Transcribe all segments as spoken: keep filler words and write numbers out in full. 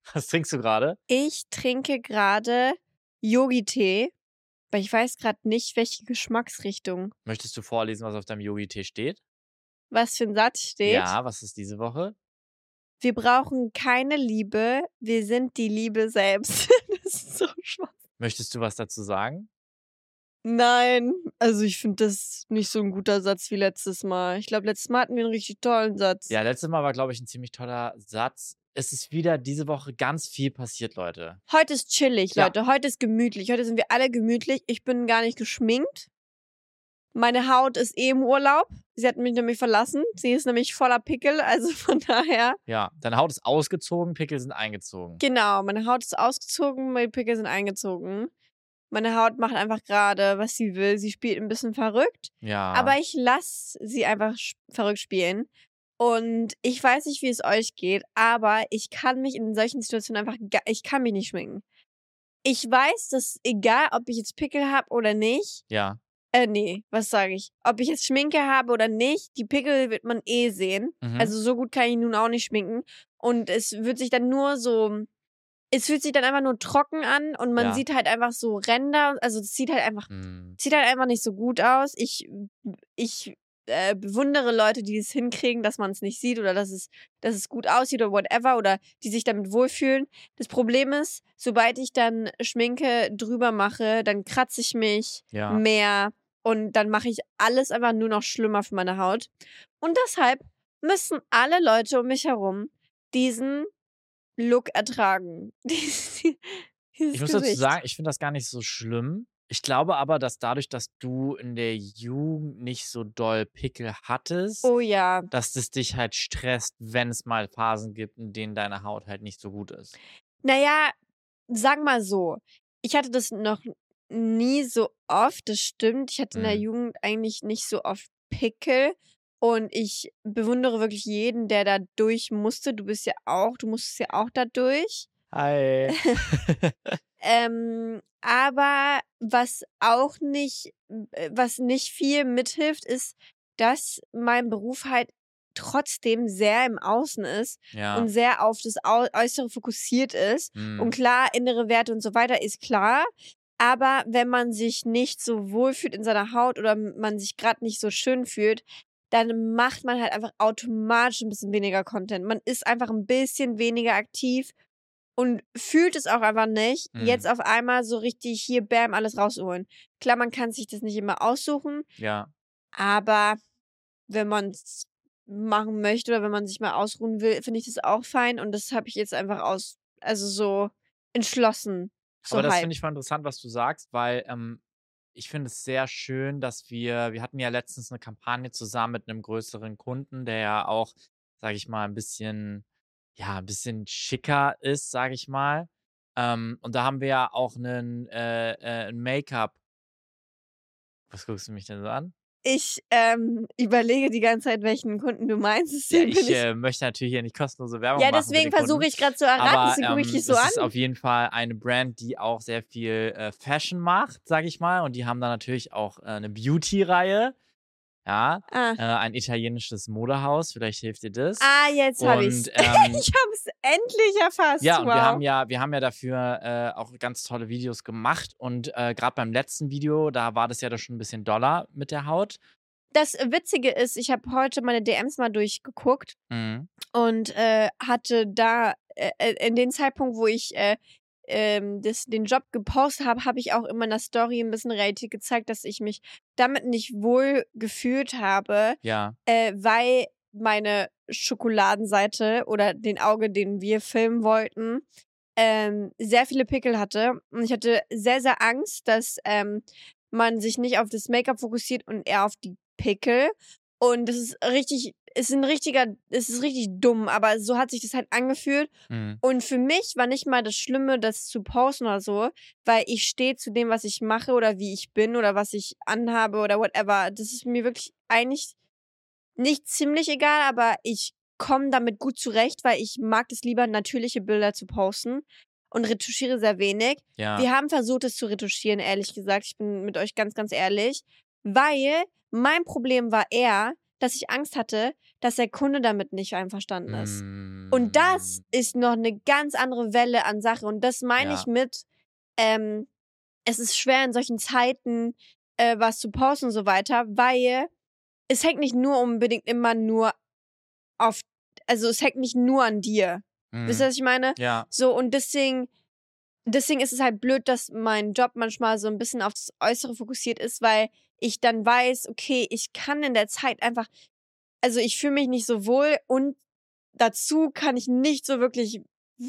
Was trinkst du gerade? Ich trinke gerade Yogi-Tee, aber ich weiß gerade nicht, welche Geschmacksrichtung. Möchtest du vorlesen, was auf deinem Yogi-Tee steht? Was für ein Satz steht? Ja, was ist diese Woche? Wir brauchen keine Liebe, wir sind die Liebe selbst. Das ist so schwach. Möchtest du was dazu sagen? Nein, also ich finde das nicht so ein guter Satz wie letztes Mal. Ich glaube, letztes Mal hatten wir einen richtig tollen Satz. Ja, letztes Mal war, glaube ich, ein ziemlich toller Satz. Es ist wieder diese Woche ganz viel passiert, Leute. Heute ist chillig, Ja. Leute. Heute ist gemütlich. Heute sind wir alle gemütlich. Ich bin gar nicht geschminkt. Meine Haut ist eh im Urlaub. Sie hat mich nämlich verlassen. Sie ist nämlich voller Pickel, also von daher. Ja, deine Haut ist ausgezogen, Pickel sind eingezogen. Genau, meine Haut ist ausgezogen, meine Pickel sind eingezogen. Meine Haut macht einfach gerade, was sie will. Sie spielt ein bisschen verrückt. Ja. Aber ich lasse sie einfach sch- verrückt spielen. Und ich weiß nicht, wie es euch geht, aber ich kann mich in solchen Situationen einfach, ga- ich kann mich nicht schminken. Ich weiß, dass egal, ob ich jetzt Pickel habe oder nicht, Ja. äh, nee, was sage ich? Ob ich jetzt Schminke habe oder nicht, die Pickel wird man eh sehen. Mhm. Also so gut kann ich nun auch nicht schminken. Und es wird sich dann nur so, es fühlt sich dann einfach nur trocken an und man Ja. sieht halt einfach so Ränder. Also es sieht halt einfach, Hm. sieht halt einfach nicht so gut aus. Ich, ich äh, bewundere Leute, die es hinkriegen, dass man es nicht sieht oder dass es, dass es gut aussieht oder whatever oder die sich damit wohlfühlen. Das Problem ist, sobald ich dann Schminke drüber mache, dann kratze ich mich Ja. mehr und dann mache ich alles einfach nur noch schlimmer für meine Haut. Und deshalb müssen alle Leute um mich herum diesen Look ertragen. Dieses Ich muss dazu Gesicht. sagen, ich finde das gar nicht so schlimm. Ich glaube aber, dass dadurch, dass du in der Jugend nicht so doll Pickel hattest, Oh ja. dass das dich halt stresst, wenn es mal Phasen gibt, in denen deine Haut halt nicht so gut ist. Naja, sag mal so. Ich hatte das noch nie so oft, das stimmt. Ich hatte in der Mhm. Jugend eigentlich nicht so oft Pickel. Und ich bewundere wirklich jeden, der da durch musste. Du bist ja auch, du musstest ja auch da durch. Hi. Ähm, aber was auch nicht, äh, was nicht viel mithilft, ist, dass mein Beruf halt trotzdem sehr im Außen ist Ja. und sehr auf das Au Äußere fokussiert ist. Und Mhm. klar, innere Werte und so weiter ist klar. Aber wenn man sich nicht so wohl fühlt in seiner Haut oder man sich gerade nicht so schön fühlt, dann macht man halt einfach automatisch ein bisschen weniger Content. Man ist einfach ein bisschen weniger aktiv und fühlt es auch einfach nicht, Mhm. jetzt auf einmal so richtig hier, bam, alles rausholen. Klar, man kann sich das nicht immer aussuchen, Ja. aber wenn man es machen möchte oder wenn man sich mal ausruhen will, finde ich das auch fein. Und das habe ich jetzt einfach aus, also so entschlossen, so Aber das halb. finde ich voll interessant, was du sagst, weil ähm, ich finde es sehr schön, dass wir, wir hatten ja letztens eine Kampagne zusammen mit einem größeren Kunden, der ja auch, sage ich mal, ein bisschen, ja, ein bisschen schicker ist, sage ich mal. Ähm, und da haben wir ja auch einen äh, äh, 'n Make-up. Was guckst du mich denn so an? Ich ähm, überlege die ganze Zeit, welchen Kunden du meinst. Ja, Deswegen bin ich ich. äh, möchte natürlich hier nicht kostenlose Werbung Ja, machen für deswegen den Kunden. versuche ich gerade zu erraten, Aber deswegen gucke ich ähm, dich so es an. ist auf jeden Fall eine Brand, die auch sehr viel äh, Fashion macht, sage ich mal. Und die haben da natürlich auch äh, eine Beauty-Reihe. Ja, Ah. äh, ein italienisches Modehaus, vielleicht hilft dir das. Ah, jetzt habe ich's. Und ähm, Ich habe es endlich erfasst. ja, und wow. wir haben ja, wir haben ja dafür äh, auch ganz tolle Videos gemacht. Und äh, gerade beim letzten Video, da war das ja doch schon ein bisschen doller mit der Haut. Das Witzige ist, ich habe heute meine D Ms mal durchgeguckt Mhm. und äh, hatte da äh, äh, in dem Zeitpunkt, wo ich äh, ähm, das, den Job gepostet habe, habe ich auch in meiner Story ein bisschen Realität gezeigt, dass ich mich damit nicht wohl gefühlt habe, Ja. äh, weil meine Schokoladenseite oder den Auge, den wir filmen wollten, ähm, sehr viele Pickel hatte. Und ich hatte sehr, sehr Angst, dass ähm, man sich nicht auf das Make-up fokussiert und eher auf die Pickel. Und das ist richtig, ist ein richtiger, es ist richtig dumm, aber so hat sich das halt angefühlt. Mhm. Und für mich war nicht mal das Schlimme, das zu posten oder so, weil ich stehe zu dem, was ich mache oder wie ich bin oder was ich anhabe oder whatever. Das ist mir wirklich eigentlich nicht ziemlich egal, aber ich komme damit gut zurecht, weil ich mag es lieber, natürliche Bilder zu posten und retuschiere sehr wenig. Ja. Wir haben versucht, es zu retuschieren, ehrlich gesagt. Ich bin mit euch ganz, ganz ehrlich. Weil mein Problem war eher, dass ich Angst hatte, dass der Kunde damit nicht einverstanden ist. Mm, Und das ist noch eine ganz andere Welle an Sache. Und das meine ja. ich mit, ähm, es ist schwer in solchen Zeiten äh, was zu posten und so weiter, weil es hängt nicht nur unbedingt immer nur auf, also es hängt nicht nur an dir. Wisst ihr, Mm, was ich meine? ja. So, und deswegen, deswegen ist es halt blöd, dass mein Job manchmal so ein bisschen auf das Äußere fokussiert ist, weil ich dann weiß, okay, ich kann in der Zeit einfach, also ich fühle mich nicht so wohl und dazu kann ich nicht so wirklich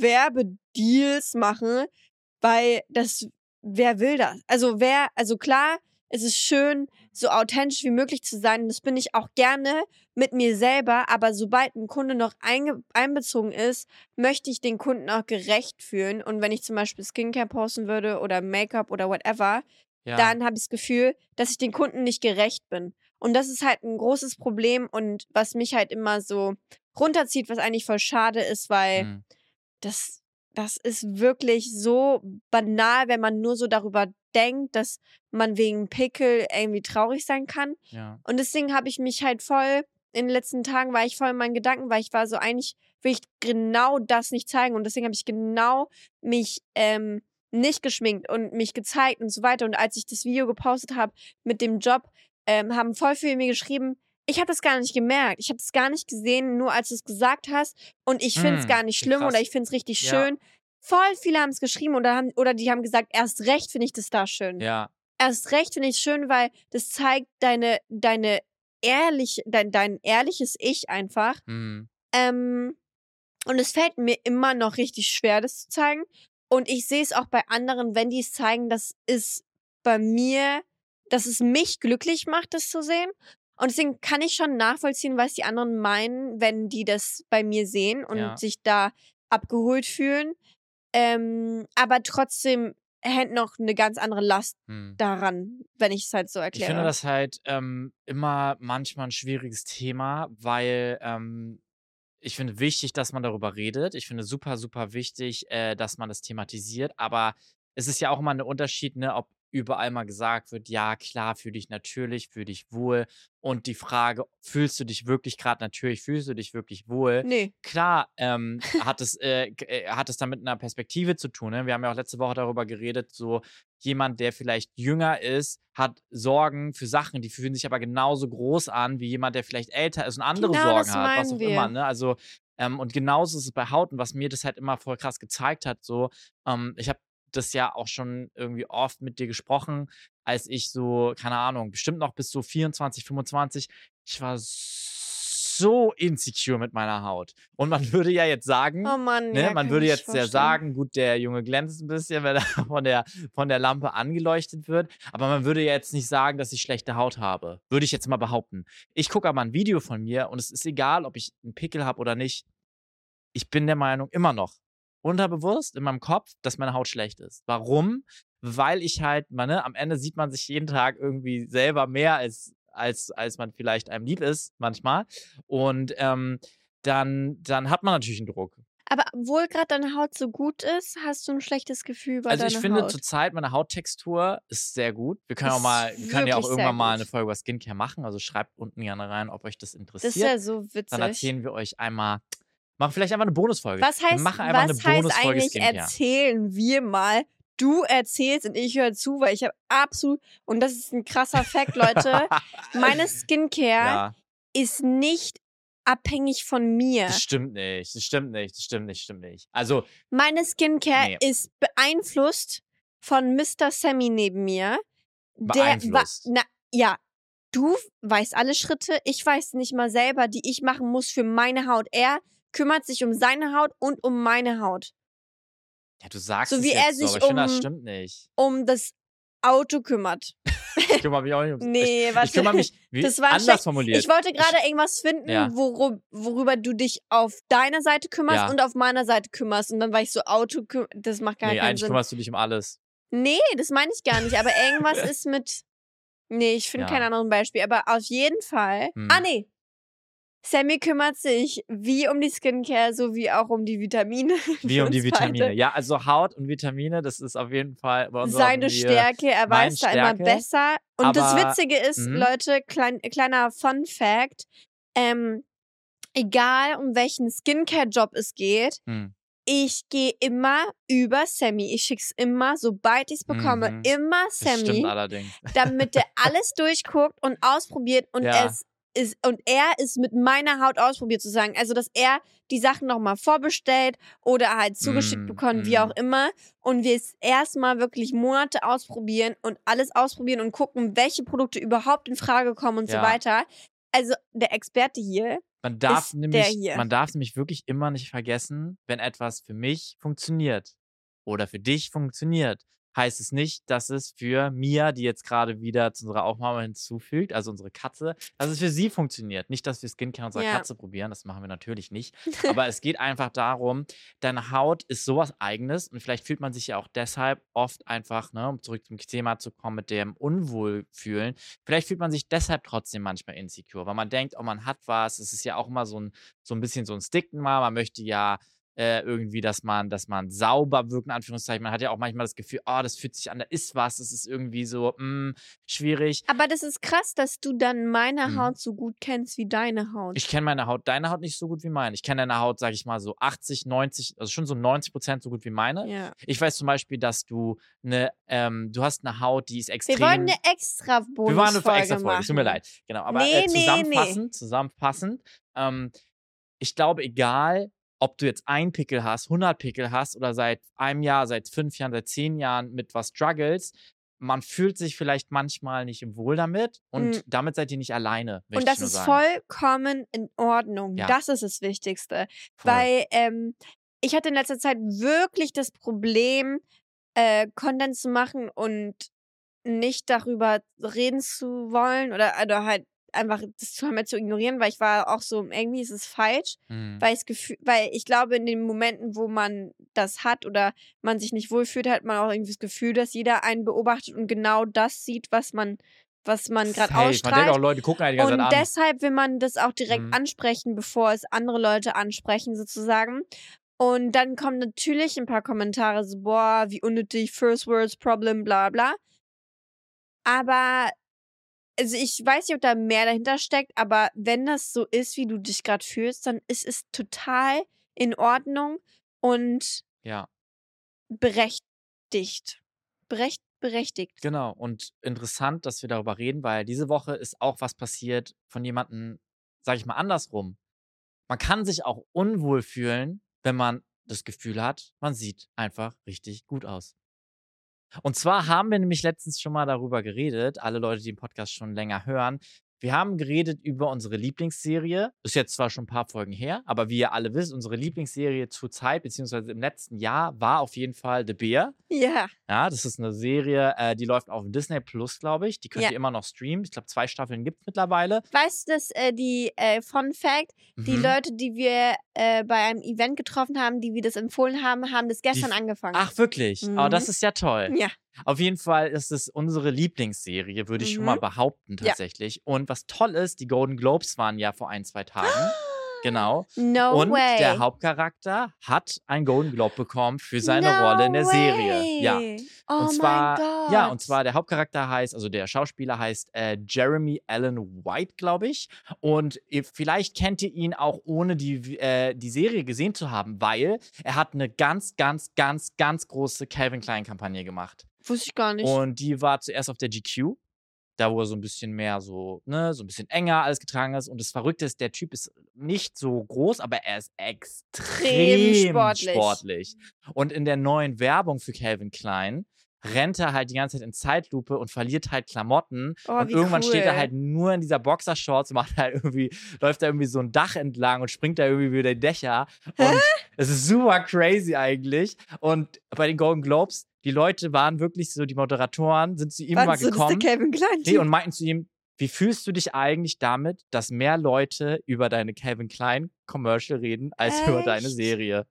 Werbedeals machen, weil das, wer will das? Also wer, also klar, es ist schön, so authentisch wie möglich zu sein. Das bin ich auch gerne mit mir selber. Aber sobald ein Kunde noch einge einbezogen ist, möchte ich den Kunden auch gerecht fühlen. Und wenn ich zum Beispiel Skincare posten würde oder Make-up oder whatever, Ja. dann habe ich das Gefühl, dass ich den Kunden nicht gerecht bin. Und das ist halt ein großes Problem und was mich halt immer so runterzieht, was eigentlich voll schade ist, weil Mm, das, das ist wirklich so banal, wenn man nur so darüber denkt, dass man wegen Pickel irgendwie traurig sein kann. ja. Und deswegen habe ich mich halt voll, in den letzten Tagen war ich voll in meinen Gedanken, weil ich war so, eigentlich will ich genau das nicht zeigen. Und deswegen habe ich genau mich ähm, nicht geschminkt und mich gezeigt und so weiter. Und als ich das Video gepostet habe mit dem Job, ähm, haben voll viele mir geschrieben, ich habe das gar nicht gemerkt. Ich habe das gar nicht gesehen, nur als du es gesagt hast. Und ich finde es Mm, gar nicht wie schlimm krass. oder ich finde es richtig Ja. schön. Voll viele haben es geschrieben oder, haben, oder die haben gesagt, erst recht finde ich das da schön. Ja. Erst recht finde ich es schön, weil das zeigt deine, deine ehrlich, dein, dein ehrliches Ich einfach. Mm, Ähm, und es fällt mir immer noch richtig schwer, das zu zeigen. Und ich sehe es auch bei anderen, wenn die es zeigen, dass es bei mir, dass es mich glücklich macht, das zu sehen. Und deswegen kann ich schon nachvollziehen, was die anderen meinen, wenn die das bei mir sehen und ja. sich da abgeholt fühlen. Ähm, aber trotzdem hängt noch eine ganz andere Last Mm. daran, wenn ich es halt so Ich finde erkläre. das halt ähm, immer manchmal ein schwieriges Thema, weil ähm, ich finde wichtig, dass man darüber redet. Ich finde super, super wichtig, äh, dass man das thematisiert. Aber es ist ja auch immer ein Unterschied, ne, ob überall mal gesagt wird, ja, klar, fühl dich natürlich, fühl dich wohl. Und die Frage, fühlst du dich wirklich gerade natürlich, fühlst du dich wirklich wohl? Nee. Klar, ähm, hat es, äh, g- äh, hat es da mit einer Perspektive zu tun. Ne? Wir haben ja auch letzte Woche darüber geredet, so jemand, der vielleicht jünger ist, hat Sorgen für Sachen, die fühlen sich aber genauso groß an wie jemand, der vielleicht älter ist und andere Genau Sorgen das hat, was meinen auch immer, wir. ne? Also, ähm, und genauso ist es bei Haut und was mir das halt immer voll krass gezeigt hat, so, ähm, ich habe das ja auch schon irgendwie oft mit dir gesprochen, als ich so, keine Ahnung, bestimmt noch bis so vierundzwanzig, fünfundzwanzig, ich war so insecure mit meiner Haut. Und man würde ja jetzt sagen, Oh Mann, ne, ja, man kann würde ich jetzt ja vorstellen. sagen, gut, der Junge glänzt ein bisschen, wenn er von der, von der Lampe angeleuchtet wird. Aber man würde ja jetzt nicht sagen, dass ich schlechte Haut habe. Würde ich jetzt mal behaupten. Ich gucke aber ein Video von mir und es ist egal, ob ich einen Pickel habe oder nicht. Ich bin der Meinung, immer noch, unterbewusst in meinem Kopf, dass meine Haut schlecht ist. Warum? Weil ich halt, man, ne, am Ende sieht man sich jeden Tag irgendwie selber mehr, als, als, als man vielleicht einem lieb ist, manchmal. Und ähm, dann, dann hat man natürlich einen Druck. Aber obwohl gerade deine Haut so gut ist, hast du ein schlechtes Gefühl über Also ich deine finde Haut. zurzeit meine Hauttextur ist sehr gut. Wir können auch Ist mal, wir können ja auch wirklich sehr irgendwann mal gut. eine Folge über Skincare machen. Also schreibt unten gerne rein, ob euch das Das ist interessiert. ja so Dann witzig. erzählen wir euch einmal, machen vielleicht einfach eine Bonusfolge. Was Wir heißt, machen einfach eine was heißt Bonusfolge eigentlich Skincare. erzählen wir mal? Du erzählst und ich höre zu, weil ich habe absolut, und das ist ein krasser Fact, Leute, meine Skincare Ja, ist nicht abhängig von mir. das stimmt nicht. Das stimmt nicht. Das stimmt nicht. Stimmt nicht. Also, Meine Skincare nee, ist beeinflusst von Mister Sammy neben mir. Der war, beeinflusst. na, ja, du weißt alle Schritte, ich weiß nicht mal selber, die ich machen muss für meine Haut. Er kümmert sich um seine Haut und um meine Haut. Ja, du sagst So es wie er jetzt so, aber sich ich finde, das um, stimmt nicht. um das Auto kümmert. Ich kümmere mich auch nicht ums. Nee, Ich, ich warte. kümmere mich, wie Das war anders schlecht. formuliert. Ich wollte Ich, gerade irgendwas finden, ja, worüber, worüber du dich auf deiner Seite kümmerst ja. und auf meiner Seite kümmerst. Und dann war ich so, Auto, küm- das macht gar Nee, keinen eigentlich Sinn. kümmerst du dich um alles. Nee, das meine ich gar nicht. Aber irgendwas ist mit. Nee, ich finde kein Ja. anderes Beispiel. Aber auf jeden Fall. Ah, Hm. nee. Sammy kümmert sich wie um die Skincare, so wie auch um die Vitamine. Wie Für um die uns beide. Vitamine. Ja, also Haut und Vitamine, das ist auf jeden Fall bei uns auch Seine irgendwie Stärke, er meine weiß da immer Stärke. besser. Und das Aber Witzige ist, mhm. Leute, klein, kleiner Fun Fact, ähm, egal um welchen Skincare-Job es geht, Hm. ich gehe immer über Sammy. Ich schick's immer, sobald ich's bekomme, Mhm. immer Das stimmt Sammy, allerdings. damit der alles durchguckt und ausprobiert und Ja. es ist und er ist mit meiner Haut ausprobiert zu sagen. Also, dass er die Sachen nochmal vorbestellt oder halt zugeschickt Mm, bekommt, wie auch mm. immer. Und wir es erstmal wirklich Monate ausprobieren und alles ausprobieren und gucken, welche Produkte überhaupt in Frage kommen und so Ja. weiter. Also, der Experte hier Man darf ist der nämlich, hier. man darf nämlich wirklich immer nicht vergessen, wenn etwas für mich funktioniert oder für dich funktioniert, heißt es nicht, dass es für Mia, die jetzt gerade wieder zu unserer Aufnahme hinzufügt, also unsere Katze, dass es für sie funktioniert. Nicht, dass wir Skincare unserer Ja. Katze probieren, das machen wir natürlich nicht. Aber es geht einfach darum, deine Haut ist sowas Eigenes und vielleicht fühlt man sich ja auch deshalb oft einfach, ne, um zurück zum Thema zu kommen, mit dem Unwohlfühlen, vielleicht fühlt man sich deshalb trotzdem manchmal insecure, weil man denkt, oh, man hat was. Es ist ja auch immer so ein, so ein bisschen so ein Stigma. Man möchte ja äh, irgendwie, dass man, dass man sauber wirkt, in Anführungszeichen. Man hat ja auch manchmal das Gefühl, oh, das fühlt sich an, da ist was. Das ist irgendwie so, mh, schwierig. Aber das ist krass, dass du dann meine Mhm. Haut so gut kennst wie deine Haut. Ich kenne meine Haut, deine Haut nicht so gut wie meine. Ich kenne deine Haut, sag ich mal, so achtzig, neunzig, also schon so neunzig Prozent so gut wie meine. Ja. Ich weiß zum Beispiel, dass du eine, ähm, du hast eine Haut, die ist extrem. Wir wollen eine extra Wir waren eine Bonusfolge extra Folge, es tut mir machen. leid. Genau, aber Nee, äh, nee, zusammenfassend, zusammenfassend, ähm, ich glaube, egal, ob du jetzt einen Pickel hast, hundert Pickel hast oder seit einem Jahr, seit fünf Jahren, seit zehn Jahren mit was struggles, man fühlt sich vielleicht manchmal nicht wohl damit und Mhm. damit seid ihr nicht alleine, Und möchte ich das nur ist sagen. vollkommen in Ordnung. Ja. Das ist das Wichtigste. Voll. Weil ähm, ich hatte in letzter Zeit wirklich das Problem, äh, Content zu machen und nicht darüber reden zu wollen oder, oder halt einfach das zu, zu ignorieren, weil ich war auch so, irgendwie ist es falsch, Mhm. weil, ich's Gefühl, weil ich glaube, in den Momenten, wo man das hat oder man sich nicht wohlfühlt, hat man auch irgendwie das Gefühl, dass jeder einen beobachtet und genau das sieht, was man, was man gerade Safe. Man denkt auch, ausstrahlt. Leute gucken einen die ganze Und Zeit an. deshalb will man das auch direkt Mhm. ansprechen, bevor es andere Leute ansprechen, sozusagen. Und dann kommen natürlich ein paar Kommentare so, boah, wie unnötig, First Words Problem, bla bla. Aber, also ich weiß nicht, ob da mehr dahinter steckt, aber wenn das so ist, wie du dich gerade fühlst, dann ist es total in Ordnung und Ja, berechtigt. Berecht, berechtigt. genau. Und interessant, dass wir darüber reden, weil diese Woche ist auch was passiert von jemandem, sag ich mal, andersrum. Man kann sich auch unwohl fühlen, wenn man das Gefühl hat, man sieht einfach richtig gut aus. Und zwar haben wir nämlich letztens schon mal darüber geredet, alle Leute, die den Podcast schon länger hören. Wir haben geredet über unsere Lieblingsserie. Ist jetzt zwar schon ein paar Folgen her, aber wie ihr alle wisst, unsere Lieblingsserie zur Zeit, beziehungsweise im letzten Jahr, war auf jeden Fall The Bear. Ja. Ja, das ist eine Serie, äh, die läuft auf Disney Plus, glaube ich. Die könnt Ja. ihr immer noch streamen. Ich glaube, zwei Staffeln gibt es mittlerweile. Weißt du, dass äh, die, äh, Fun Fact, die Mhm. Leute, die wir äh, bei einem Event getroffen haben, die wir das empfohlen haben, haben das gestern f- angefangen. Ach, wirklich? Oh, Mhm. das ist ja toll. Ja. Auf jeden Fall ist es unsere Lieblingsserie, würde ich schon mal Mhm. behaupten, Ja. tatsächlich. Und was toll ist, die Golden Globes waren ja vor ein, zwei Tagen. Genau. No Und way. der Hauptcharakter hat einen Golden Globe bekommen für seine no Rolle in der way. Serie. Ja. Oh und zwar, mein Gott. ja, und zwar der Hauptcharakter heißt, also der Schauspieler heißt äh, Jeremy Allen White, glaube ich. Und ihr, vielleicht kennt ihr ihn auch ohne die, äh, die Serie gesehen zu haben, weil er hat eine ganz, ganz, ganz, ganz große Calvin Klein-Kampagne gemacht. Wusste ich gar nicht. Und die war zuerst auf der G Q, da wo er so ein bisschen mehr so, ne, so ein bisschen enger alles getragen ist. Und das Verrückte ist, der Typ ist nicht so groß, aber er ist extrem sportlich. sportlich. Und in der neuen Werbung für Calvin Klein rennt er halt die ganze Zeit in Zeitlupe und verliert halt Klamotten. Oh, und wie irgendwann steht er cool. halt nur in dieser Boxershorts und macht halt irgendwie, läuft da irgendwie so ein Dach entlang und springt da irgendwie über die Dächer. Und es ist super crazy eigentlich. Und bei den Golden Globes, die Leute waren wirklich so, die Moderatoren sind zu ihm mal Fandst du, das ist der gekommen. Calvin Klein Nee, und meinten zu ihm, wie fühlst du dich eigentlich damit, dass mehr Leute über deine Calvin Klein Commercial reden, als über deine Echt? Serie?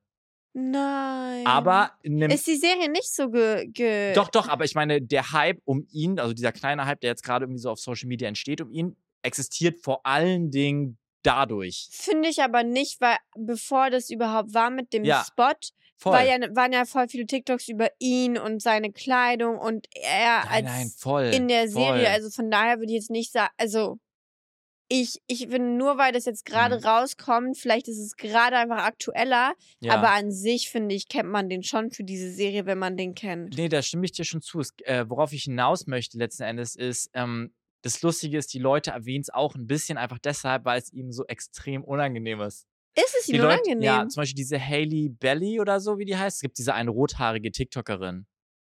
Nein. Aber in einem Ist die Serie nicht so ge... ge Doch, doch, aber ich meine, der Hype um ihn, also dieser kleine Hype, der jetzt gerade irgendwie so auf Social Media entsteht um ihn, existiert vor allen Dingen dadurch. Finde ich aber nicht, weil bevor das überhaupt war mit dem Ja, Spot, voll. war ja, waren ja voll viele TikToks über ihn und seine Kleidung und er Nein, nein, als voll, in der Serie. voll. Also von daher würde ich jetzt nicht sagen, also ich, ich finde nur, weil das jetzt gerade Mhm. rauskommt, vielleicht ist es gerade einfach aktueller, Ja. aber an sich, finde ich, kennt man den schon für diese Serie, wenn man den kennt. Nee, da stimme ich dir schon zu. Es, äh, worauf ich hinaus möchte letzten Endes ist, ähm, das Lustige ist, die Leute erwähnen es auch ein bisschen einfach deshalb, weil es ihm so extrem unangenehm ist. Ist es Die ihm Leute, ja, unangenehm? zum Beispiel diese Hailey Belly oder so, wie die heißt. Es gibt diese eine rothaarige TikTokerin.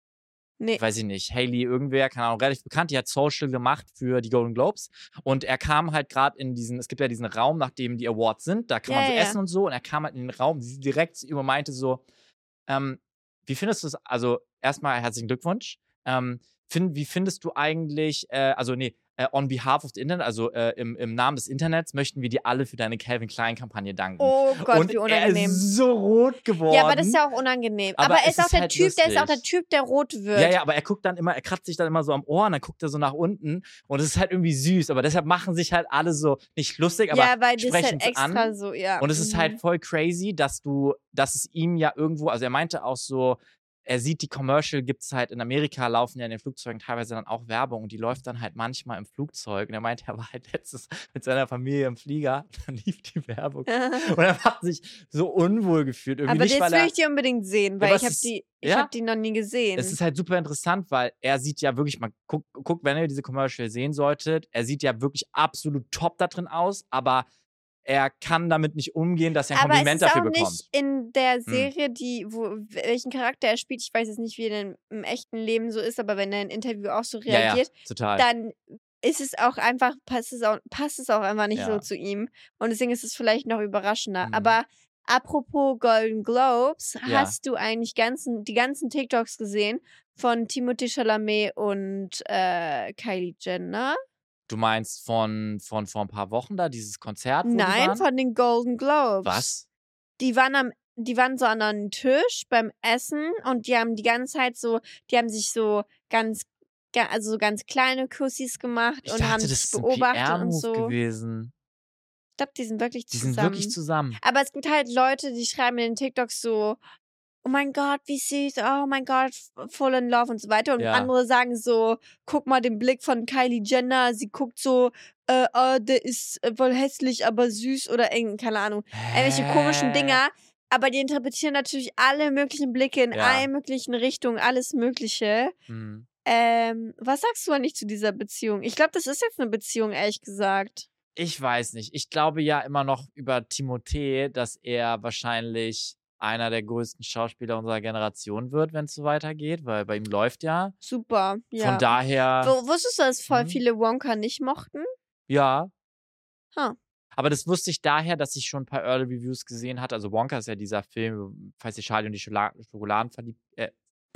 Nee. Weiß ich nicht, Hailey irgendwer, keine Ahnung, relativ bekannt, die hat Social gemacht für die Golden Globes und er kam halt gerade in diesen, es gibt ja diesen Raum, nachdem die Awards sind, da kann Ja, man so ja, essen ja. und so und er kam halt in den Raum, sie direkt zu ihm und meinte so, ähm, wie findest du es, also erstmal herzlichen Glückwunsch, ähm, find, wie findest du eigentlich, äh, also nee, äh, on behalf of the Internet, also äh, im, im Namen des Internets, möchten wir dir alle für deine Calvin Klein Kampagne danken. Oh Gott, Und wie er unangenehm. ist so rot geworden. Ja, aber das ist ja auch unangenehm. Aber Aber, er es ist auch ist der halt Typ, der ist auch der lustig. Typ, der rot wird. Ja, ja, aber er guckt dann immer, er kratzt sich dann immer so am Ohr und dann guckt er so nach unten und es ist halt irgendwie süß, aber deshalb machen sich halt alle so, nicht lustig, aber Ja, weil das sprechen halt es extra an. so, ja. Und es ist halt mhm. voll crazy, dass du, dass es ihm ja irgendwo, also er meinte auch so, er sieht die Commercial, gibt es halt in Amerika, laufen ja in den Flugzeugen teilweise dann auch Werbung und die läuft dann halt manchmal im Flugzeug. Und er meinte, er war halt letztes mit seiner Familie im Flieger, dann lief die Werbung. Und er hat sich so unwohl gefühlt. Irgendwie Aber nicht, das weil will er, ich dir unbedingt sehen, Ja, weil aber ich es habe ist- die, ich ja. hab die noch nie gesehen. es ist halt super interessant, weil er sieht ja wirklich, man guckt, guck, wenn ihr diese Commercial sehen solltet, er sieht ja wirklich absolut top da drin aus, aber er kann damit nicht umgehen, dass er ein Aber es Kompliment ist dafür auch bekommt. nicht in der Serie, die, wo, welchen Charakter er spielt. Ich weiß jetzt nicht, wie er denn im echten Leben so ist, aber wenn er in Interview auch so Ja, ja, reagiert, total. dann ist es auch einfach, passt es auch, passt es auch einfach nicht Ja. so zu ihm. Und deswegen ist es vielleicht noch überraschender. Mhm. Aber apropos Golden Globes, Ja. hast du eigentlich ganzen, die ganzen TikToks gesehen von Timothée Chalamet und äh, Kylie Jenner? Du meinst von, von vor ein paar Wochen da, dieses Konzert, wo die Nein, waren? von den Golden Globes. Was? Die waren am, die waren so an einem Tisch beim Essen und die haben die ganze Zeit so, die haben sich so ganz, ga- also so ganz kleine Kussis gemacht Ich und dachte, haben das sich ist ein beobachtet und P R-Move so. gewesen. Ich glaube, die sind wirklich Die zusammen. sind wirklich zusammen. Aber es gibt halt Leute, die schreiben in den TikToks so, oh mein Gott, wie süß, oh mein Gott, full in love und so weiter. Und Ja. andere sagen so, guck mal den Blick von Kylie Jenner, sie guckt so, äh, oh, der ist äh, voll hässlich, aber süß oder irgend, keine Ahnung, irgendwelche komischen Hä? Dinger. Aber die interpretieren natürlich alle möglichen Blicke in Ja. allen möglichen Richtungen, alles Mögliche. Hm. Ähm, was sagst du eigentlich zu dieser Beziehung? Ich glaube, das ist jetzt eine Beziehung, ehrlich gesagt. Ich weiß nicht. Ich glaube ja immer noch über Timothée, dass er wahrscheinlich einer der größten Schauspieler unserer Generation wird, wenn es so weitergeht, weil bei ihm läuft ja. Super, ja. Von daher, Wo, wusstest du, dass voll Hm. viele Wonka nicht mochten? ja. Huh. Aber das wusste ich daher, dass ich schon ein paar Early Reviews gesehen hatte. Also Wonka ist ja dieser Film, falls ihr Charlie und die Schola Schokoladenverliebt, äh,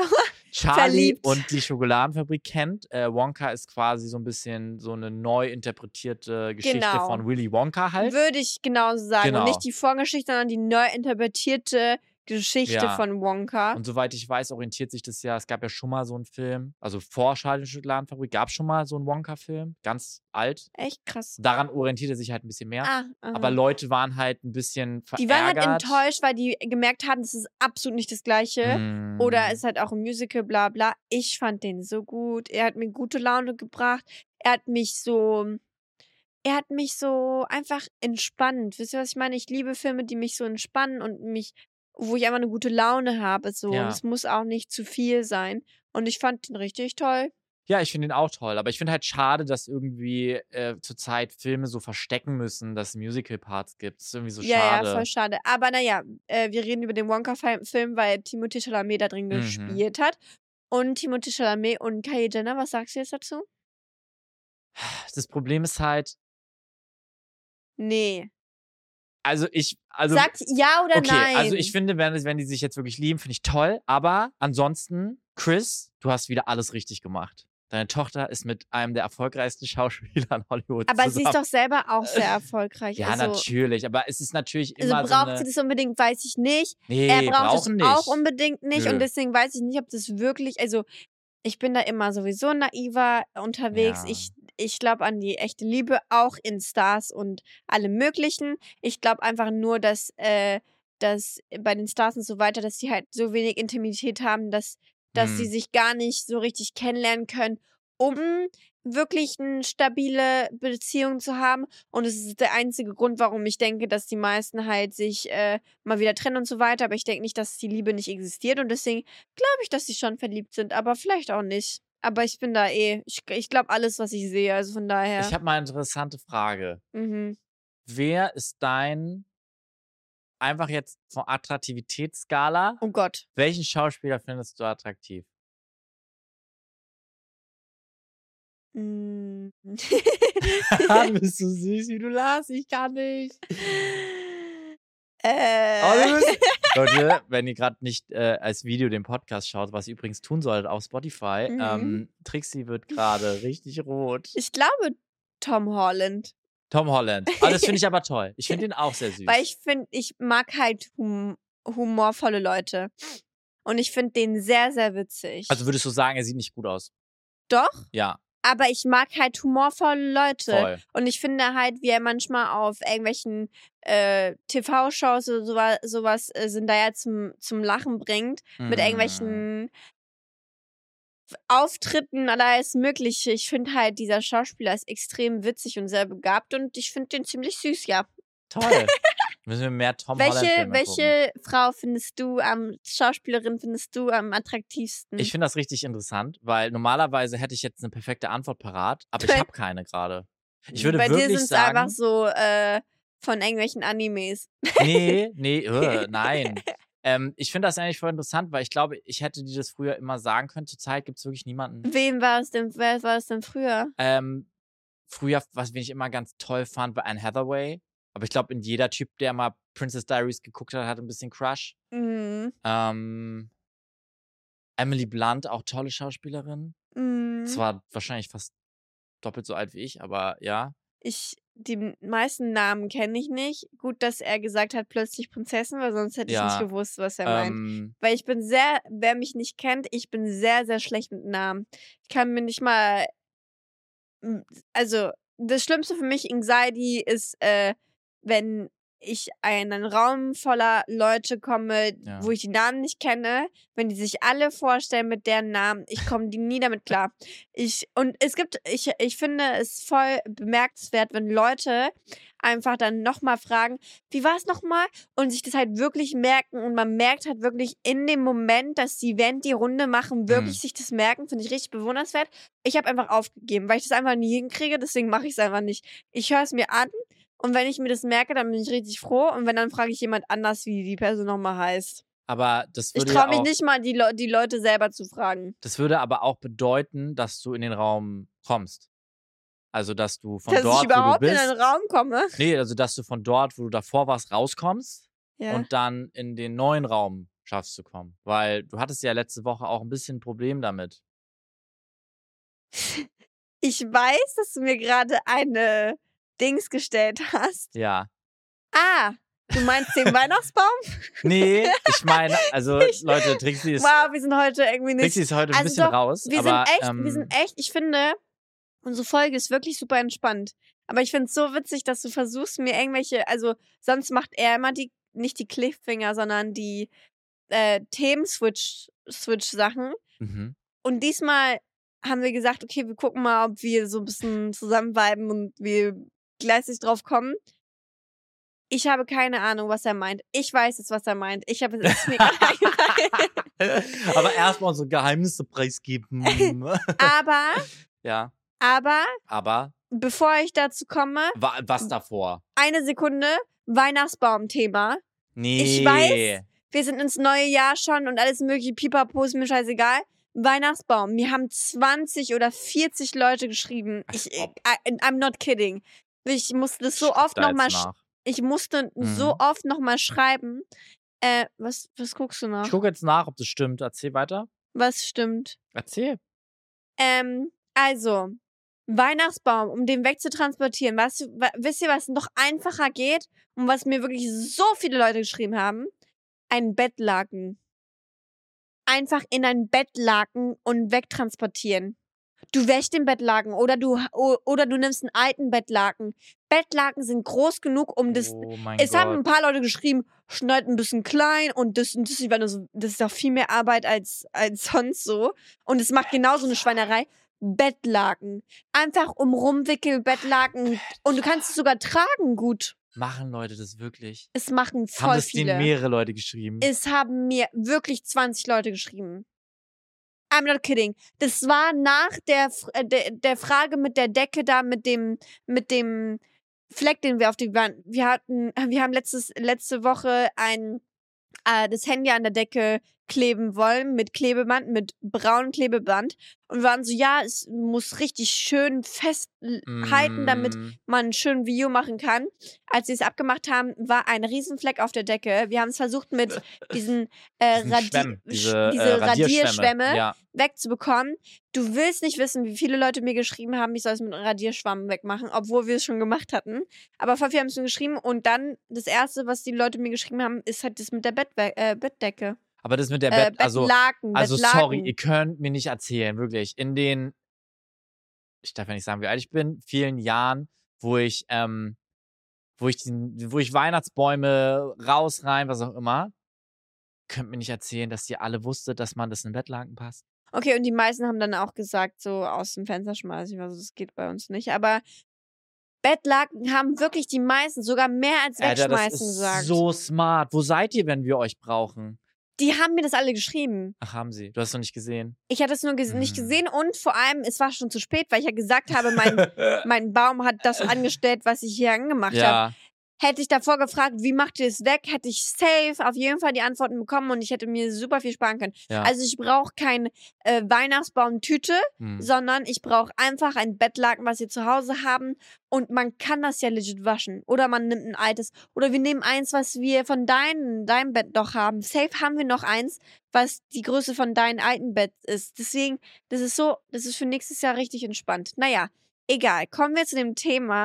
Charlie Verliebt. und die Schokoladenfabrik kennt. Äh, Wonka ist quasi so ein bisschen so eine neu interpretierte Geschichte Genau. von Willy Wonka halt. Würde ich genauso sagen. Genau. Und nicht die Vorgeschichte, sondern die neu interpretierte Geschichte Ja. von Wonka. Und soweit ich weiß, orientiert sich das ja, es gab ja schon mal so einen Film, also vor Charlie und die Schokoladenfabrik gab es schon mal so einen Wonka-Film, ganz alt. Echt krass. Daran orientiert er sich halt ein bisschen mehr. Ah, aha. Aber Leute waren halt ein bisschen verärgert. die waren halt enttäuscht, weil die gemerkt haben, das ist absolut nicht das Gleiche. Mm. Oder es ist halt auch ein Musical, bla bla. Ich fand den so gut. Er hat mir gute Laune gebracht. Er hat mich so. Er hat mich so einfach entspannt. Wisst ihr, was ich meine? Ich liebe Filme, die mich so entspannen und mich, wo ich einfach eine gute Laune habe. So. Ja. Und es muss auch nicht zu viel sein. Und ich fand den richtig toll. Ja, ich finde ihn auch toll, aber ich finde halt schade, dass irgendwie äh, zurzeit Filme so verstecken müssen, dass es Musical-Parts gibt. Das ist irgendwie so ja, schade. ja, voll schade. Aber naja, äh, wir reden über den Wonka-Film, weil Timothée Chalamet da drin Mhm. gespielt hat. Und Timothée Chalamet und Kylie Jenner, was sagst du jetzt dazu? Das Problem ist halt, Nee. also ich, also. Sag ja oder okay, nein. also ich finde, wenn, wenn die sich jetzt wirklich lieben, finde ich toll, aber ansonsten, Chris, du hast wieder alles richtig gemacht. Deine Tochter ist mit einem der erfolgreichsten Schauspieler in Hollywood Aber zusammen. sie ist doch selber auch sehr erfolgreich. Ja, also, natürlich, aber es ist natürlich also immer braucht so eine... sie das unbedingt, weiß ich nicht. Nee, er braucht es brauchen nicht. auch unbedingt nicht. Nö. Und deswegen weiß ich nicht, ob das wirklich, also ich bin da immer sowieso naiver unterwegs. Ja. Ich, ich glaube an die echte Liebe, auch in Stars und allem Möglichen. Ich glaube einfach nur, dass, äh, dass bei den Stars und so weiter, dass die halt so wenig Intimität haben, dass, dass sie Hm. sich gar nicht so richtig kennenlernen können, um wirklich eine stabile Beziehung zu haben. Und es ist der einzige Grund, warum ich denke, dass die meisten halt sich äh, mal wieder trennen und so weiter. Aber ich denke nicht, dass die Liebe nicht existiert. Und deswegen glaube ich, dass sie schon verliebt sind, aber vielleicht auch nicht. Aber ich bin da eh, ich, ich glaube alles, was ich sehe. Also von Ich daher. habe mal eine interessante Frage. Mhm. Wer ist dein, einfach jetzt von Attraktivitätsskala, Oh Gott. welchen Schauspieler findest du attraktiv? Mm. Du bist so süß, wie du lachst. Ich kann nicht. Oh, du äh. bist Leute, wenn ihr gerade nicht äh, als Video den Podcast schaut, was ihr übrigens tun solltet auf Spotify, Mhm. ähm, Trixie wird gerade richtig rot. Ich glaube Tom Holland. Tom Holland. Ah, das finde ich aber toll. Ich finde ihn auch sehr süß. Weil ich finde, ich mag halt hum humorvolle Leute. Und ich finde den sehr, sehr witzig. Also würdest du sagen, er sieht nicht gut aus? Doch, Ja, aber ich mag halt humorvolle Leute. voll. Und ich finde halt, wie er manchmal auf irgendwelchen äh, T V-Shows oder sowas, sowas äh, sind da ja zum, zum Lachen bringt. Mit Mm. irgendwelchen Auftritten, alles Mögliche. Ich finde halt, dieser Schauspieler ist extrem witzig und sehr begabt und ich finde den ziemlich süß, ja. Toll. Müssen wir mehr Tom Welche, Holland-Filme gucken. welche Frau findest du am, Schauspielerin findest du am attraktivsten? Ich finde das richtig interessant, weil normalerweise hätte ich jetzt eine perfekte Antwort parat, aber ich habe keine gerade. Ich würde Bei dir wirklich sind es sagen, einfach so äh, von irgendwelchen Animes. nee, nee, äh, nein. Ähm, ich finde das eigentlich voll interessant, weil ich glaube, ich hätte dir das früher immer sagen können. Zurzeit gibt es wirklich niemanden. Wem war es denn, wer war es denn früher? Ähm, früher, was wen ich immer ganz toll fand, war Anne Hathaway. Aber ich glaube, in jeder Typ, der mal Princess Diaries geguckt hat, hat ein bisschen Crush. Mhm. Ähm, Emily Blunt, auch tolle Schauspielerin. Mhm. Zwar wahrscheinlich fast doppelt so alt wie ich, aber ja. Ich, die meisten Namen kenne ich nicht. Gut, dass er gesagt hat, plötzlich Prinzessin, weil sonst hätte ich Ja, nicht gewusst, was er meint. Ähm, Weil ich bin sehr, wer mich nicht kennt, ich bin sehr, sehr schlecht mit Namen. Ich kann mir nicht mal, m- also das Schlimmste für mich, Anxiety, ist, äh, wenn ich in einen Raum voller Leute komme, ja. wo ich die Namen nicht kenne, wenn die sich alle vorstellen mit deren Namen, ich komme die nie damit klar. Ich, und es gibt, ich, ich finde es voll bemerkenswert, wenn Leute einfach dann nochmal fragen, wie war es nochmal? Und sich das halt wirklich merken und man merkt halt wirklich in dem Moment, dass sie während die Runde machen, wirklich Mhm. sich das merken, finde ich richtig bewundernswert. Ich habe einfach aufgegeben, weil ich das einfach nie hinkriege, deswegen mache ich es einfach nicht. Ich höre es mir an und wenn ich mir das merke, dann bin ich richtig froh und wenn, dann frage ich jemand anders, wie die Person nochmal heißt. Aber das Ich würde traue ja mich auch, nicht mal, die, Le die Leute selber zu fragen. das würde aber auch bedeuten, dass du in den Raum kommst. Also, dass du von Dass ich dort, wo du überhaupt in bist, einen Raum komme. nee, also, dass du von dort, wo du davor warst, rauskommst Ja. und dann in den neuen Raum schaffst zu kommen. Weil du hattest ja letzte Woche auch ein bisschen ein Problem damit. Ich weiß, dass du mir gerade eine Dings gestellt hast. Ja. Ah, du meinst den Weihnachtsbaum? Nee, ich meine, also, Ich- Leute, Trixie ist, Wow, wir sind heute irgendwie nicht. Trixie ist heute ein Also bisschen doch, raus. Wir aber, sind echt, ähm, wir sind echt, ich finde, unsere Folge ist wirklich super entspannt. Aber ich finde es so witzig, dass du versuchst, mir irgendwelche, also sonst macht er immer die, nicht die Cliffhanger, sondern die äh, Themen-Switch-Sachen. Mhm. Und diesmal haben wir gesagt, okay, wir gucken mal, ob wir so ein bisschen zusammen viben und wir gleichzeitig drauf kommen. Ich habe keine Ahnung, was er meint. Ich weiß jetzt, was er meint. Ich habe es mir gerade eingefallen. Aber erstmal unsere Geheimnisse preisgeben. Aber, Ja, aber, aber bevor ich dazu komme, wa was davor? eine Sekunde, Weihnachtsbaum-Thema. Nee. Ich weiß, wir sind ins neue Jahr schon und alles mögliche, Pipapo, ist mir scheißegal. Weihnachtsbaum. Mir haben zwanzig oder vierzig Leute geschrieben. Ich, ich, I, I'm not kidding. Ich musste das so Ich guck oft da nochmal, jetzt nach. ich musste Mhm. so oft nochmal schreiben. Äh, was, was guckst du nach? Ich gucke jetzt nach, ob das stimmt. Erzähl weiter. Was stimmt? Erzähl. Ähm, also, Weihnachtsbaum, um den wegzutransportieren. Was, wa- wisst ihr, was noch einfacher geht und was mir wirklich so viele Leute geschrieben haben? Ein Bettlaken. Einfach in ein Bettlaken und wegtransportieren. Du wäschst den Bettlaken oder du, o- oder du nimmst einen alten Bettlaken. Bettlaken sind groß genug, um das. Oh mein Es haben ein Gott. paar Leute geschrieben, schneid ein bisschen klein und das und das. Ich war nur so, das ist doch viel mehr Arbeit als, als sonst so. Und es macht genauso eine Schweinerei. Bettlaken. Einfach um rumwickel, Bettlaken. Und du kannst es sogar tragen gut. Machen Leute das wirklich? Es machen Haben voll das denen viele. mehrere Leute geschrieben? Es haben mir wirklich zwanzig Leute geschrieben. I'm not kidding. Das war nach der, F- äh, der, der Frage mit der Decke da, mit dem, mit dem Fleck, den wir auf die Wand. Wir hatten, wir haben letztes, letzte Woche ein, äh, das Handy an der Decke kleben wollen mit Klebeband, mit braunem Klebeband. Und wir waren so, ja, es muss richtig schön festhalten, damit Mm, man einen schönen Video machen kann. Als sie es abgemacht haben, war ein Riesenfleck auf der Decke. Wir haben es versucht mit diesen, äh, diesen Radi Schwämm, diese, Sch- diese äh, Radierschwämme. Radierschwämme Ja. wegzubekommen. Du willst nicht wissen, wie viele Leute mir geschrieben haben, ich soll es mit einem Radierschwamm wegmachen, obwohl wir es schon gemacht hatten. Aber voll viele haben es mir geschrieben. Und dann das Erste, was die Leute mir geschrieben haben, ist halt das mit der Bettwe äh, Bettdecke. Aber das mit der Äh, Bett, also, Bettlaken, also Bettlaken. sorry, ihr könnt mir nicht erzählen, wirklich. In den, ich darf ja nicht sagen, wie alt ich bin, vielen Jahren, wo ich, ähm, wo ich diesen, wo ich Weihnachtsbäume raus, rein, was auch immer, könnt mir nicht erzählen, dass ihr alle wusstet, dass man das in Bettlaken passt. Okay, und die meisten haben dann auch gesagt, so aus dem Fenster schmeißen. Also das geht bei uns nicht. Aber Bettlaken haben wirklich die meisten, sogar mehr als Alter, das wegschmeißen ist gesagt. so smart. Wo seid ihr, wenn wir euch brauchen? Die haben mir das alle geschrieben. Ach, haben sie. Du hast noch nicht gesehen. Ich hatte es nur ges Hm. nicht gesehen und vor allem, es war schon zu spät, weil ich ja gesagt habe, mein, mein Baum hat das angestellt, was ich hier angemacht habe. Ja. Hätte ich davor gefragt, wie macht ihr es weg, hätte ich safe auf jeden Fall die Antworten bekommen und ich hätte mir super viel sparen können. Ja. Also ich brauche keine äh, Weihnachtsbaumtüte, Hm. sondern ich brauche einfach ein Bettlaken, was wir zu Hause haben und man kann das ja legit waschen. Oder man nimmt ein altes. Oder wir nehmen eins, was wir von deinem, deinem Bett noch haben. Safe haben wir noch eins, was die Größe von deinem alten Bett ist. Deswegen, das ist so, das ist für nächstes Jahr richtig entspannt. Naja, egal. Kommen wir zu dem Thema